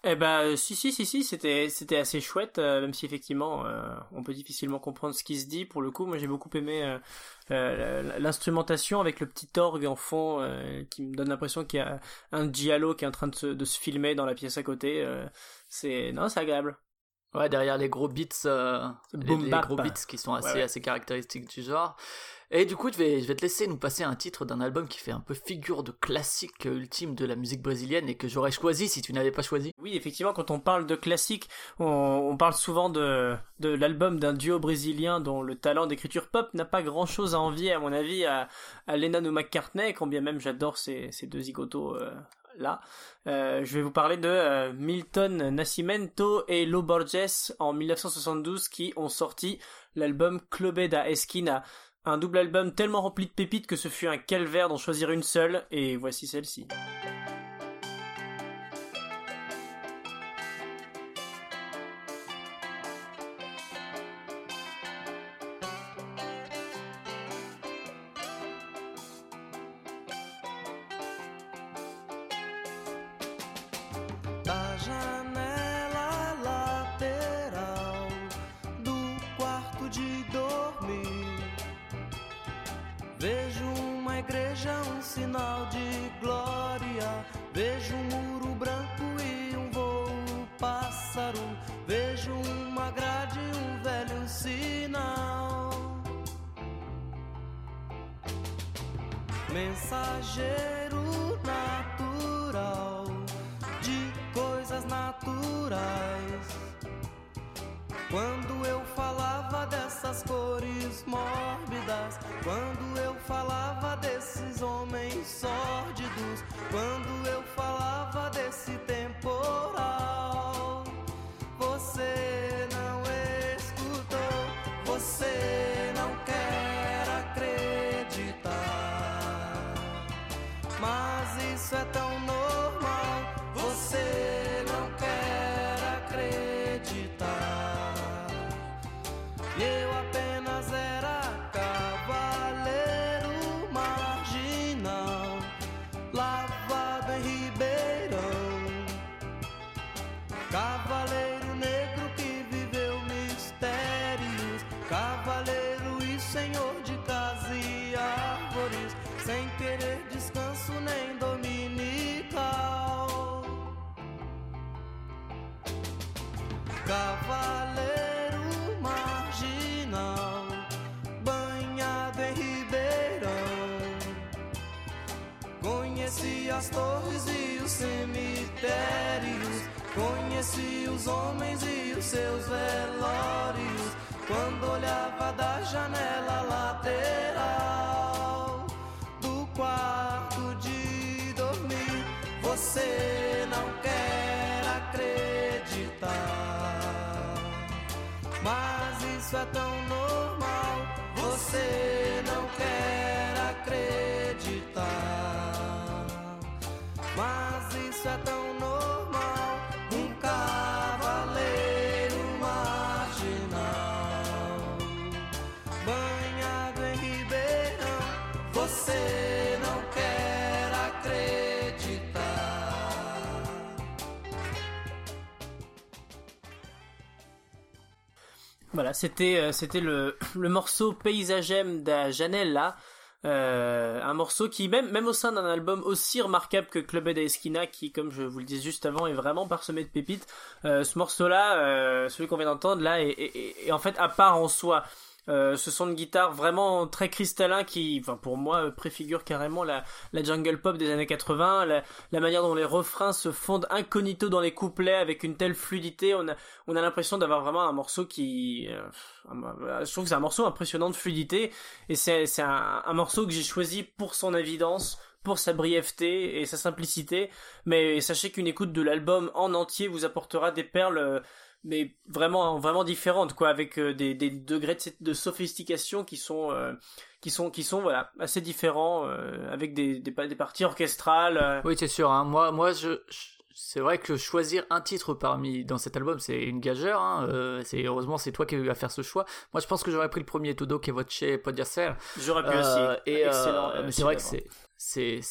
Eh ben euh, si si si si c'était c'était assez chouette euh, même si effectivement euh, on peut difficilement comprendre ce qui se dit pour le coup. Moi j'ai beaucoup aimé euh, euh, l'instrumentation avec le petit orgue en fond euh, qui me donne l'impression qu'il y a un giallo qui est en train de se, de se filmer dans la pièce à côté. Euh, c'est non c'est agréable. Ouais, derrière les gros beats, euh, les, Boom les bap. gros beats qui sont assez, Ouais, ouais. assez caractéristiques du genre. Et du coup, je vais, je vais te laisser nous passer un titre d'un album qui fait un peu figure de classique ultime de la musique brésilienne et que j'aurais choisi si tu n'avais pas choisi. Oui, effectivement, quand on parle de classique, on, on parle souvent de, de l'album d'un duo brésilien dont le talent d'écriture pop n'a pas grand-chose à envier, à mon avis, à, à Lennon ou McCartney, quand bien même j'adore ces, ces deux zigotos euh, là. Euh, je vais vous parler de euh, Milton Nascimento et Lo Borges en dix-neuf cent soixante-douze qui ont sorti l'album Clube da Esquina. Un double album tellement rempli de pépites que ce fut un calvaire d'en choisir une seule, et voici celle-ci. Da janela lateral do quarto de dormir, vejo uma igreja, um sinal de glória. Vejo um muro branco e um voo pássaro. Vejo uma grade e um velho sinal. Mensageiro natural de coisas naturais. Quando eu falava dessas cores mórbidas, quando eu falava desses homens sórdidos, quando eu falava desse temporal, você não escutou, você não quer acreditar, mas isso é tão normal, você não quer acreditar. Eu apenas era cavaleiro marginal, lavado em Ribeirão, cavaleiro negro que viveu mistérios, cavaleiro e senhor de casa e árvores, sem querer descanso nem dominical. Cavaleiro marginal, banhado em Ribeirão, conheci as torres e os cemitérios, conheci os homens e os seus velórios, quando olhava da janela lateral do quarto de dormir. Você não quer acreditar, mas isso é tão normal, você não quer acreditar, mas isso é tão normal, um cavaleiro marginal, banhado em Ribeirão, você não quer acreditar. Voilà, c'était euh, c'était le le morceau Paysagem da Janela, euh, un morceau qui même même au sein d'un album aussi remarquable que Clube da Esquina, qui comme je vous le disais juste avant est vraiment parsemé de pépites. Euh, ce morceau-là, euh, celui qu'on vient d'entendre là, est, est, est, est en fait à part en soi. Euh, ce son de guitare vraiment très cristallin qui, enfin pour moi, préfigure carrément la, la jungle pop des années quatre-vingts, la, la manière dont les refrains se fondent incognito dans les couplets avec une telle fluidité, on a, on a l'impression d'avoir vraiment un morceau qui, euh, je trouve que c'est un morceau impressionnant de fluidité, et c'est, c'est un, un morceau que j'ai choisi pour son évidence, pour sa brièveté et sa simplicité, mais sachez qu'une écoute de l'album en entier vous apportera des perles, mais vraiment vraiment différentes, quoi, avec euh, des, des degrés de, de sophistication qui sont euh, qui sont qui sont voilà assez différents, euh, avec des, des des parties orchestrales. Euh. Oui, c'est sûr. Hein. Moi moi je, je c'est vrai que choisir un titre parmi dans cet album c'est une gageure. Hein. Euh, c'est heureusement c'est toi qui as eu à faire ce choix. Moi je pense que j'aurais pris le premier Todo que Voce Pode Ser. J'aurais pu euh, aussi. Et Excellent. euh, mais c'est vrai que c'est c'est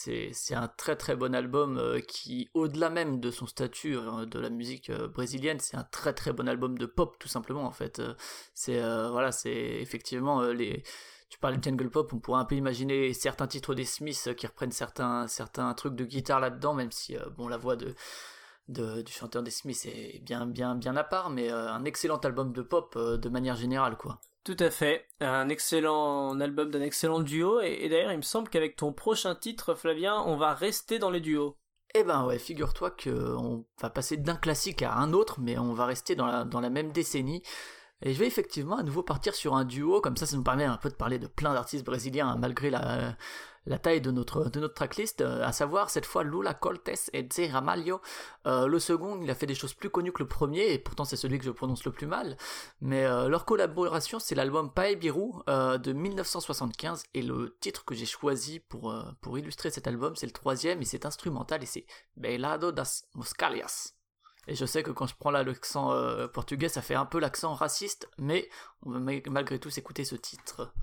c'est, c'est un très très bon album euh, qui, au-delà même de son statut euh, de la musique euh, brésilienne, c'est un très très bon album de pop tout simplement en fait. Euh, c'est euh, voilà, c'est effectivement euh, les. Tu parlais de jungle pop, on pourrait un peu imaginer certains titres des Smiths euh, qui reprennent certains certains trucs de guitare là-dedans, même si euh, bon la voix de De, du chanteur des Smiths est bien bien bien à part, mais euh, un excellent album de pop euh, de manière générale quoi. Tout à fait, un excellent album d'un excellent duo, et, et d'ailleurs il me semble qu'avec ton prochain titre Flavien, on va rester dans les duos. Eh ben ouais, figure-toi qu'on va passer d'un classique à un autre, mais on va rester dans la, dans la même décennie. Et je vais effectivement à nouveau partir sur un duo, comme ça ça nous permet un peu de parler de plein d'artistes brésiliens, hein, malgré la, la taille de notre, de notre tracklist, euh, à savoir cette fois Lula Coltes et Zé Ramalho. Euh, le second, il a fait des choses plus connues que le premier, et pourtant c'est celui que je prononce le plus mal, mais euh, leur collaboration c'est l'album Pai Biru euh, de dix-neuf cent soixante-quinze, et le titre que j'ai choisi pour, euh, pour illustrer cet album c'est le troisième, et c'est instrumental, et c'est Bailado das Moscalhas. Et je sais que quand je prends là l'accent euh, portugais, ça fait un peu l'accent raciste, mais on va malgré tout s'écouter ce titre.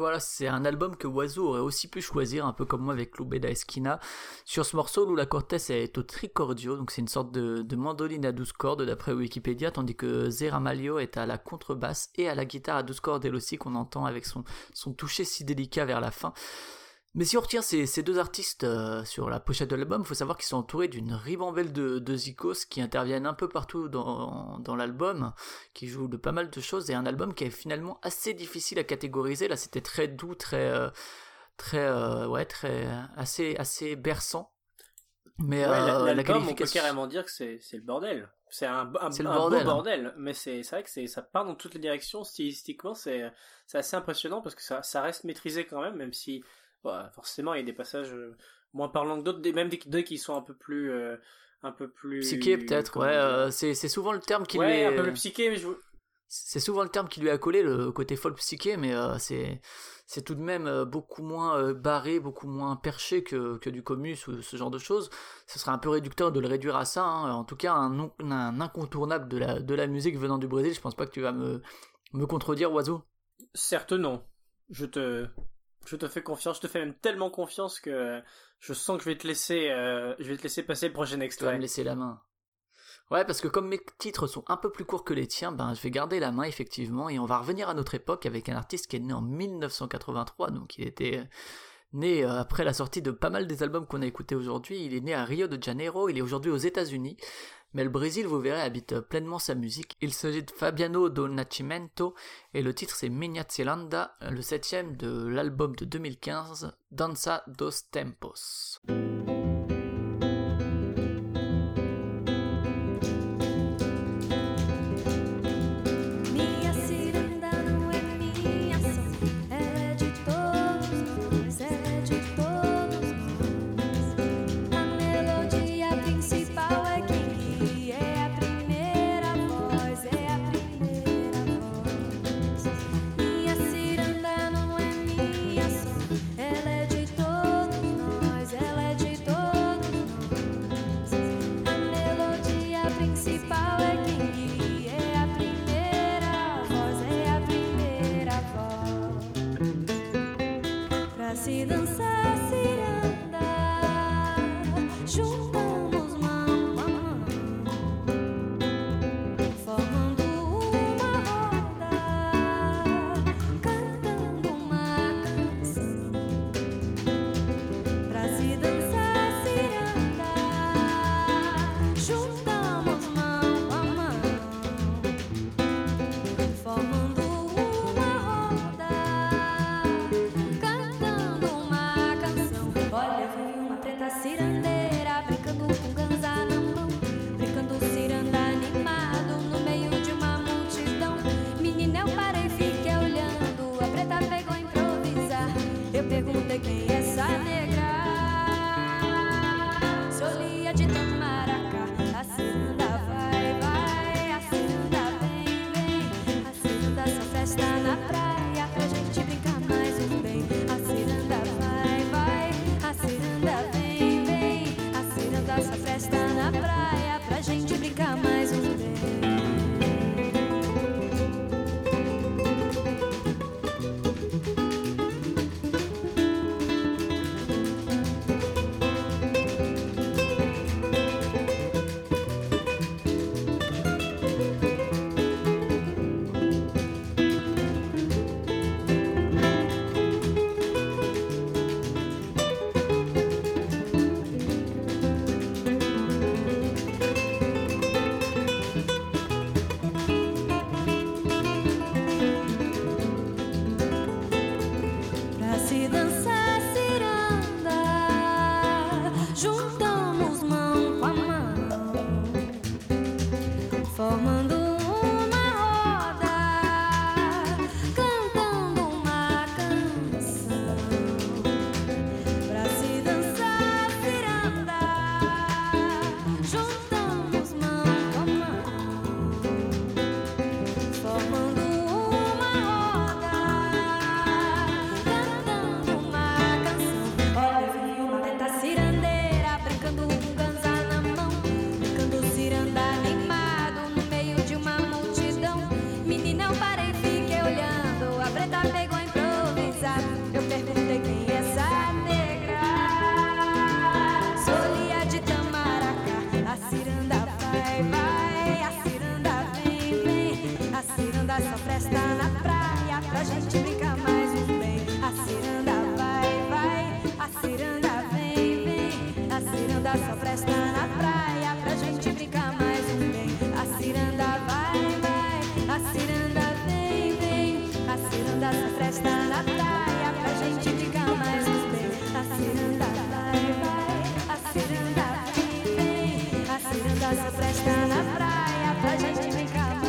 Voilà, c'est un album que Oizo aurait aussi pu choisir, un peu comme moi avec Lubeda Esquina. Sur ce morceau, Lula Cortés est au tricordio, donc c'est une sorte de, de mandoline à douze cordes d'après Wikipédia, tandis que Zé Ramalho est à la contrebasse et à la guitare à douze cordes elle aussi, qu'on entend avec son, son toucher si délicat vers la fin. Mais si on retient ces, ces deux artistes euh, sur la pochette de l'album, il faut savoir qu'ils sont entourés d'une ribambelle de, de zikos qui interviennent un peu partout dans, dans l'album, qui jouent de pas mal de choses, et un album qui est finalement assez difficile à catégoriser. Là, c'était très doux, très, euh, très, euh, ouais, très, assez, assez berçant. Mais ouais, euh, l'album, la qualification... on peut carrément dire que c'est, c'est le bordel. C'est un, un, c'est le un bordel, beau hein. bordel, mais c'est, c'est vrai que c'est, ça part dans toutes les directions, stylistiquement, c'est, c'est assez impressionnant parce que ça, ça reste maîtrisé quand même, même si ouais, forcément il y a des passages euh, moins parlants que d'autres, des, même des, des qui sont un peu plus... Euh, un peu plus... Psyché peut-être, comment ouais, dire, euh, c'est, c'est souvent le terme qui ouais, lui est... un peu plus psyché, mais je... C'est souvent le terme qui lui a collé, le côté folk psyché, mais euh, c'est, c'est tout de même euh, beaucoup moins euh, barré, beaucoup moins perché que, que du Comus ou ce genre de choses. Ce serait un peu réducteur de le réduire à ça, hein. En tout cas un, non, un incontournable de la, de la musique venant du Brésil. Je pense pas que tu vas me, me contredire, Oizo. Certes non, je te... Je te fais confiance, je te fais même tellement confiance que je sens que je vais te laisser, euh, je vais te laisser passer le prochain Tu vas extrait. me laisser la main. Ouais, parce que comme mes titres sont un peu plus courts que les tiens, ben je vais garder la main effectivement, et on va revenir à notre époque avec un artiste qui est né en dix-neuf cent quatre-vingt-trois, donc il était né après la sortie de pas mal des albums qu'on a écoutés aujourd'hui. Il est né à Rio de Janeiro, il est aujourd'hui aux États-Unis, mais le Brésil, vous verrez, habite pleinement sa musique. Il s'agit de Fabiano do Nascimento, et le titre c'est Minha Zelanda, le septième de l'album de deux mille quinze, Dança dos Tempos. Minha ciranda não é minha só, ela é de todos nós, ela é de todos nós. A melodia principal é quem é a primeira voz, é a primeira voz. Minha ciranda não é minha só, ela é de todos nós, ela é de todos nós. A melodia principal é quem é a primeira voz, é a primeira voz. Pra se dançar ciranda, juntamos mão a mão, formando uma roda, cantando uma canção. Pra se dançar ciranda, juntamos mão a mão, formando uma roda, cantando uma canção. Olha, eu vi uma preta cirandeira brincando com ganza na mão, brincando ciranda animado no meio de uma multidão. Menina, eu parei e fiquei olhando, a preta pegou a improvisar. Eu perguntei quem é essa negra, solia de tanto maracá. A ciranda vai, vai, a ciranda vem, vem. A ciranda só festa na praia pra gente brincar mais um bem. A ciranda vai, vai, a ciranda vem, vem. A ciranda só festa na praia pra gente brincar mais um bem. fresta na praia pra gente brincar mais um bem. A ciranda vai, vai, a ciranda vem, vem. A ciranda só presta na praia pra gente brincar mais um bem. A ciranda vai, vai, a ciranda vem, vem. A ciranda só presta na praia pra gente brincar mais um bem. A ciranda vai, vai, a ciranda vem, vem. A ciranda só presta na praia pra gente brincar mais um bem.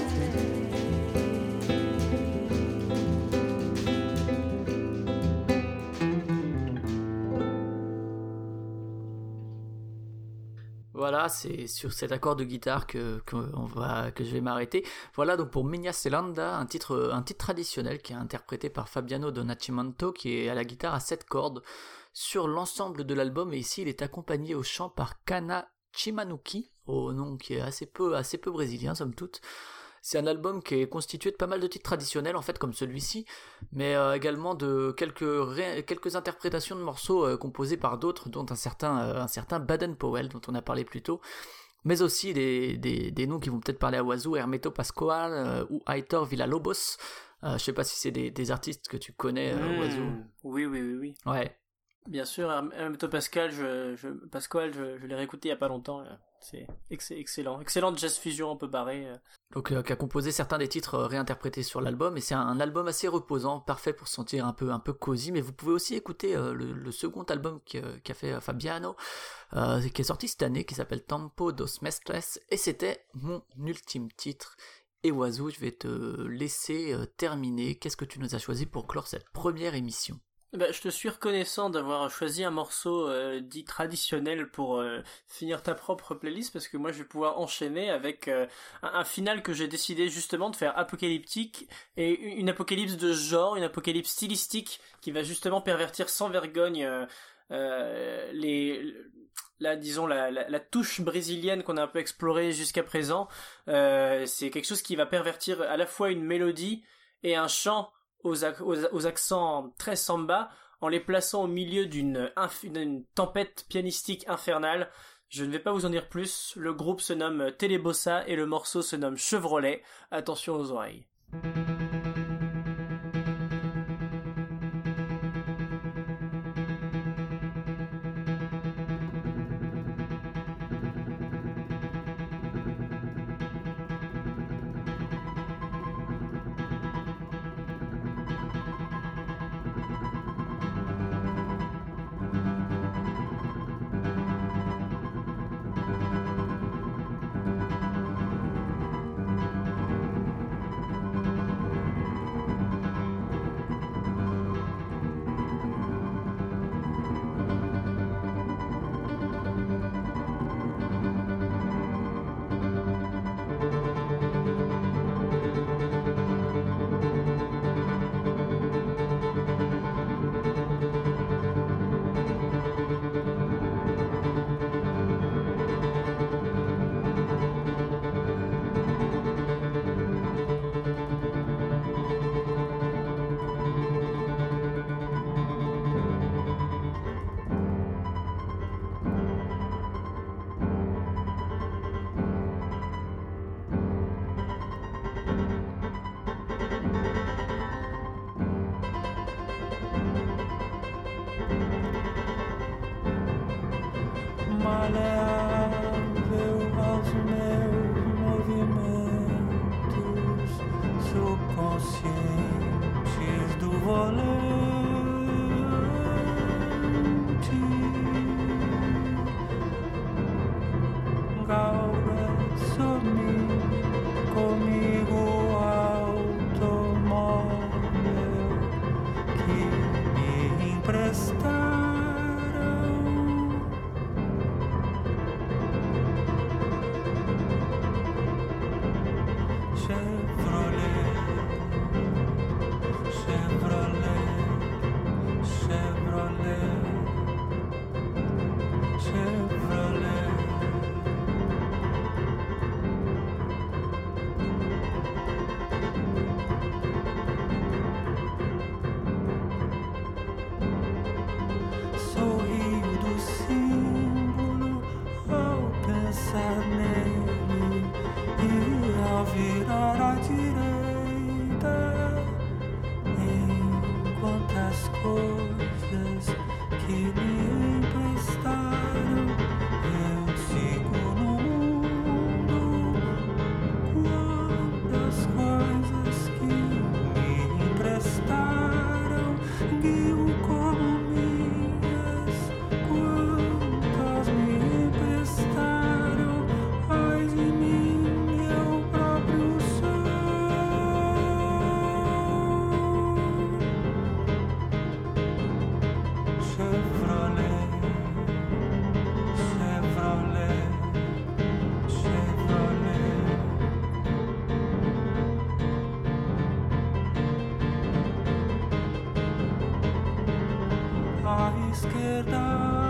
Voilà, c'est sur cet accord de guitare que, que, on va, que je vais m'arrêter. Voilà donc pour Minha Celanda, un titre, un titre traditionnel qui est interprété par Fabiano Donacimento, qui est à la guitare à sept cordes sur l'ensemble de l'album, et ici il est accompagné au chant par Kana Chimanuki, au nom qui est assez peu, assez peu brésilien somme toute. C'est un album qui est constitué de pas mal de titres traditionnels en fait comme celui-ci, mais euh, également de quelques, ré... quelques interprétations de morceaux euh, composés par d'autres, dont un certain, euh, un certain Baden-Powell dont on a parlé plus tôt, mais aussi des, des, des noms qui vont peut-être parler à Wazoo, Hermeto Pascoal euh, ou Aitor Villalobos. Euh, je sais pas si c'est des, des artistes que tu connais, euh, Mmh, Wazoo. Oui, oui, oui, oui. Ouais. Bien sûr, Hermeto Pascal, je, je, Pasquale, je, je l'ai réécouté il y a pas longtemps. là. C'est ex- excellent. Excellente jazz fusion un peu barrée. euh. Donc euh, qui a composé certains des titres euh, réinterprétés sur l'album, et c'est un, un album assez reposant, parfait pour se sentir un peu un peu cosy. Mais vous pouvez aussi écouter euh, le, le second album qu'a qu fait euh, Fabiano, euh, qui est sorti cette année, qui s'appelle Tempo dos Mestres, et c'était mon ultime titre. Et Wazoo, je vais te laisser euh, terminer. Qu'est-ce que tu nous as choisi pour clore cette première émission? Bah, je te suis reconnaissant d'avoir choisi un morceau euh, dit traditionnel pour euh, finir ta propre playlist, parce que moi je vais pouvoir enchaîner avec euh, un, un final que j'ai décidé justement de faire apocalyptique, et une, une apocalypse de genre, une apocalypse stylistique qui va justement pervertir sans vergogne euh, euh, les... Là, disons, la, la, la touche brésilienne qu'on a un peu explorée jusqu'à présent. Euh, c'est quelque chose qui va pervertir à la fois une mélodie et un chant Aux, ac- aux, aux accents très samba, en les plaçant au milieu d'une, inf- d'une tempête pianistique infernale. Je ne vais pas vous en dire plus. Le groupe se nomme Telebossa et le morceau se nomme Chevrolet. Attention aux oreilles. Maleável aos meus movimentos, subconscientes do volante. Galga some comigo automóvel que me emprestaram. Chevrolet, Chevrolet. esquerda,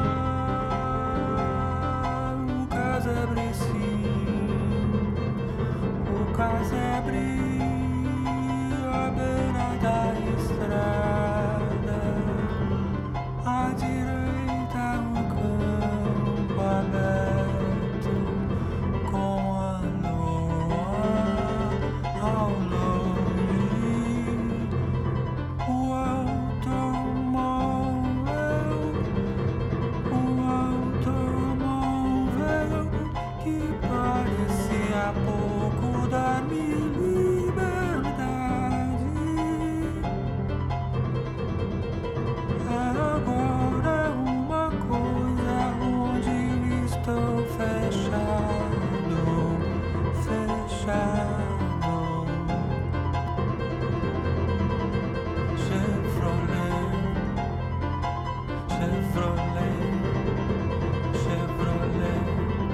o casebre sim, o casebre à beira da estrada, à direita um campo aberto com a lua ao longe, o automóvel, o automóvel que parecia há pouco dar-me liberdade. Agora é uma coisa onde estou fechado, fechado. Chevrolet, Chevrolet, Chevrolet,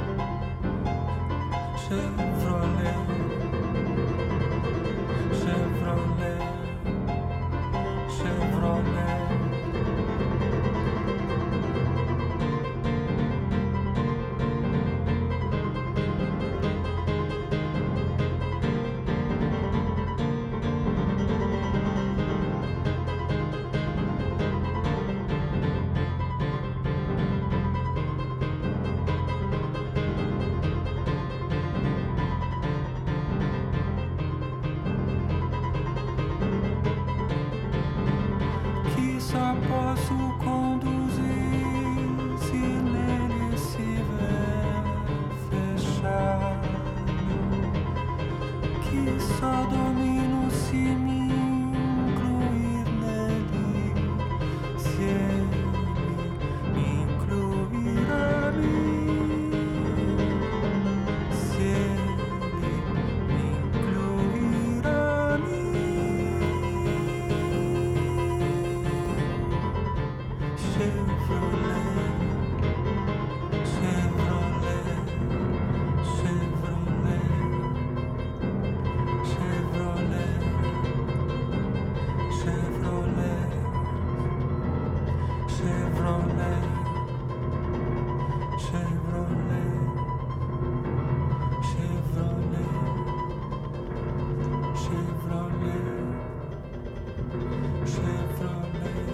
Chevrolet, Chevrolet, Chevrolet. Que só posso conduzir se nele estiver fechado, que só domino se me incluir nele, se ele me incluir a mim, se ele me incluir a mim. Chevrolet, Chevrolet, Chevrolet, Chevrolet, Chevrolet, Chevrolet, Chevrolet, Chevrolet, Chevrolet, Chevrolet.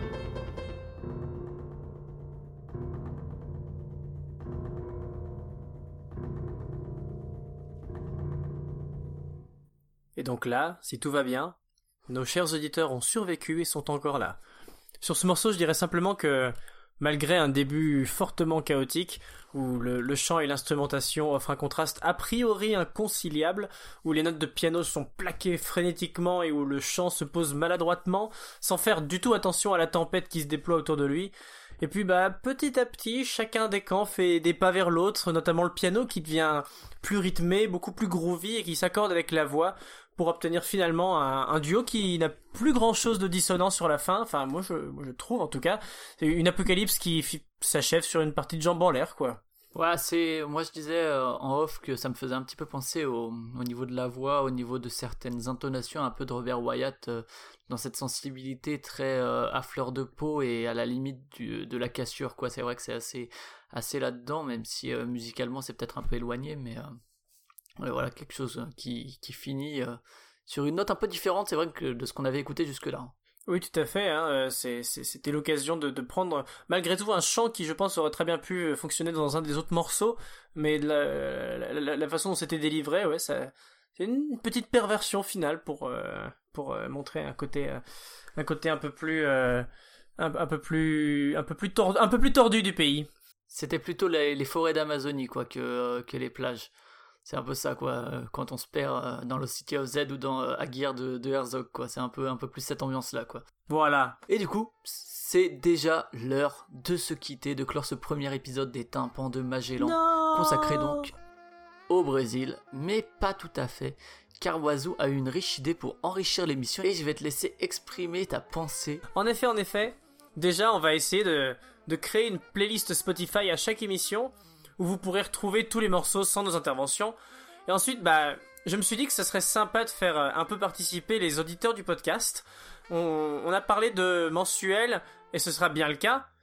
Et donc là, si tout va bien, nos chers auditeurs ont survécu et sont encore là. Sur ce morceau, je dirais simplement que, malgré un début fortement chaotique, où le, le chant et l'instrumentation offrent un contraste a priori inconciliable, où les notes de piano sont plaquées frénétiquement et où le chant se pose maladroitement, sans faire du tout attention à la tempête qui se déploie autour de lui. Et puis bah petit à petit, chacun des camps fait des pas vers l'autre, notamment le piano qui devient plus rythmé, beaucoup plus groovy et qui s'accorde avec la voix pour obtenir finalement un, un duo qui n'a plus grand chose de dissonant sur la fin. Enfin moi je, moi, je trouve en tout cas, c'est une apocalypse qui fi- s'achève sur une partie de jambes en l'air quoi. Ouais, c'est, moi je disais euh, en off que ça me faisait un petit peu penser au, au niveau de la voix, au niveau de certaines intonations, un peu de Robert Wyatt, euh, dans cette sensibilité très euh, à fleur de peau et à la limite du, de la cassure, quoi. C'est vrai que c'est assez, assez là-dedans, même si euh, musicalement c'est peut-être un peu éloigné, mais euh, ouais, voilà, quelque chose qui, qui finit euh, sur une note un peu différente, c'est vrai, que de ce qu'on avait écouté jusque-là. Oui, tout à fait. Hein, euh, c'est, c'est, c'était l'occasion de, de prendre, malgré tout, un chant qui, je pense, aurait très bien pu fonctionner dans un des autres morceaux, mais la, la, la, la façon dont c'était délivré, ouais, ça, c'est une petite perversion finale pour euh, pour euh, montrer un côté euh, un côté un peu plus euh, un, un peu plus un peu plus tordu, un peu plus tordu du pays. C'était plutôt les, les forêts d'Amazonie, quoi, que euh, que les plages. C'est un peu ça, quoi, quand on se perd dans le City of Z ou dans Aguirre de, de Herzog, quoi. C'est un peu, un peu plus cette ambiance-là, quoi. Voilà. Et du coup, c'est déjà l'heure de se quitter, de clore ce premier épisode des Tympans de Magellan, non consacré donc au Brésil, mais pas tout à fait, car Oiseau a eu une riche idée pour enrichir l'émission, et je vais te laisser exprimer ta pensée. En effet, en effet, déjà, on va essayer de, de créer une playlist Spotify à chaque émission, où vous pourrez retrouver tous les morceaux sans nos interventions. Et ensuite, bah, je me suis dit que ça serait sympa de faire un peu participer les auditeurs du podcast. On, on a parlé de mensuel, et ce sera bien le cas.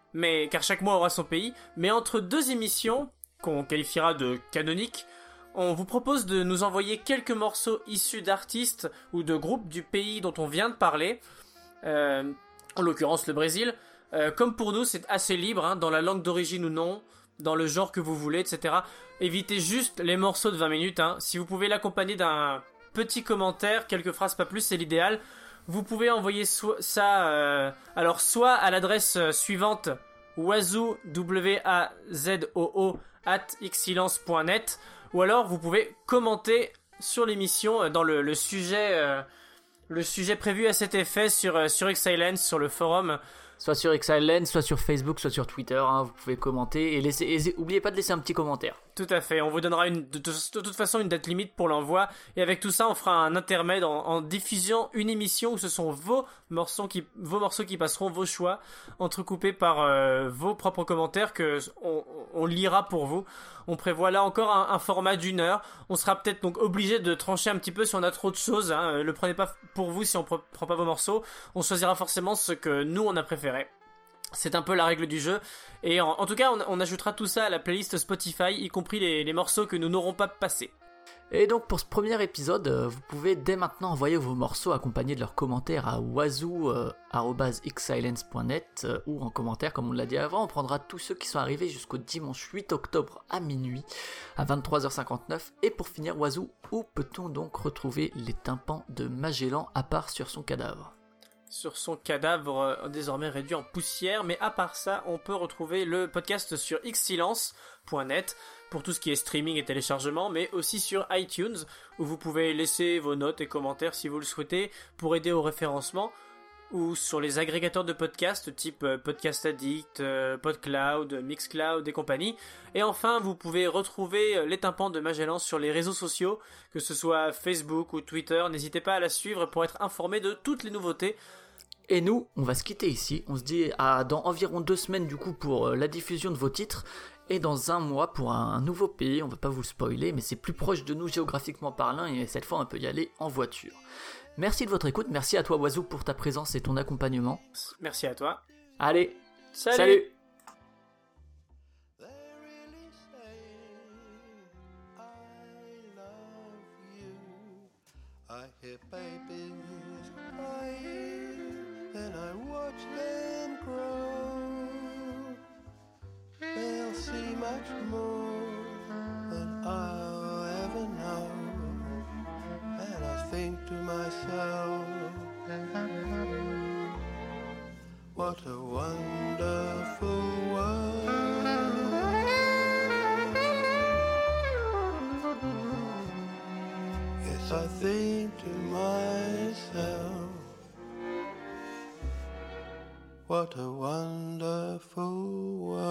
mais car chaque mois aura son pays, mais entre deux émissions, qu'on qualifiera de canoniques, on vous propose de nous envoyer quelques morceaux issus d'artistes ou de groupes du pays dont on vient de parler, euh, en l'occurrence le Brésil. Euh, comme pour nous, c'est assez libre, hein, dans la langue d'origine ou non, dans le genre que vous voulez, et cetera. Évitez juste les morceaux de vingt minutes. Hein. Si vous pouvez l'accompagner d'un petit commentaire, quelques phrases pas plus, c'est l'idéal. Vous pouvez envoyer so- ça, euh, alors soit à l'adresse euh, suivante, wazoo, W A Z O O, at xsilence point net, ou alors vous pouvez commenter sur l'émission euh, dans le, le sujet, euh, le sujet prévu à cet effet sur euh, sur Xsilence, sur le forum. Soit sur Xsilence, soit sur Facebook, soit sur Twitter, hein, vous pouvez commenter et laisser, et n'oubliez pas de laisser un petit commentaire. Tout à fait, on vous donnera une, de, de, de toute façon une date limite pour l'envoi, et avec tout ça on fera un intermède en, en diffusant une émission où ce sont vos morceaux qui, vos morceaux qui passeront, vos choix, entrecoupés par euh, vos propres commentaires que on, on lira pour vous. On prévoit là encore un, un format d'une heure, on sera peut-être donc obligé de trancher un petit peu si on a trop de choses, hein. Le prenez pas pour vous si on pre- prend pas vos morceaux, on choisira forcément ce que nous on a préféré. C'est un peu la règle du jeu. Et en, en tout cas, on, on ajoutera tout ça à la playlist Spotify, y compris les, les morceaux que nous n'aurons pas passés. Et donc pour ce premier épisode, euh, vous pouvez dès maintenant envoyer vos morceaux accompagnés de leurs commentaires à wazoo arobase xsilence point net euh, ou en commentaire comme on l'a dit avant. On prendra tous ceux qui sont arrivés jusqu'au dimanche huit octobre à minuit à vingt-trois heures cinquante-neuf. Et pour finir, Wazoo, où peut-on donc retrouver les tympans de Magellan à part sur son cadavre ? Sur son cadavre euh, désormais réduit en poussière, mais à part ça, on peut retrouver le podcast sur xsilence point net pour tout ce qui est streaming et téléchargement, mais aussi sur iTunes, où vous pouvez laisser vos notes et commentaires si vous le souhaitez, pour aider au référencement, ou sur les agrégateurs de podcasts type euh, Podcast Addict, euh, PodCloud, Mixcloud et compagnie. Et enfin, vous pouvez retrouver euh, les tympans de Magellan sur les réseaux sociaux, que ce soit Facebook ou Twitter. N'hésitez pas à la suivre pour être informé de toutes les nouveautés. Et nous, on va se quitter ici. On se dit à dans environ deux semaines du coup pour euh, la diffusion de vos titres. Et dans un mois pour un, un nouveau pays. On va pas vous spoiler, mais c'est plus proche de nous géographiquement parlant. Et cette fois, on peut y aller en voiture. Merci de votre écoute. Merci à toi, Wazoo, pour ta présence et ton accompagnement. Merci à toi. Allez, Salut, salut. I hear babies crying, and I watch them grow. They'll see much more than I'll ever know. And I think to myself, what a wonderful world. Yes, I think to myself, what a wonderful world.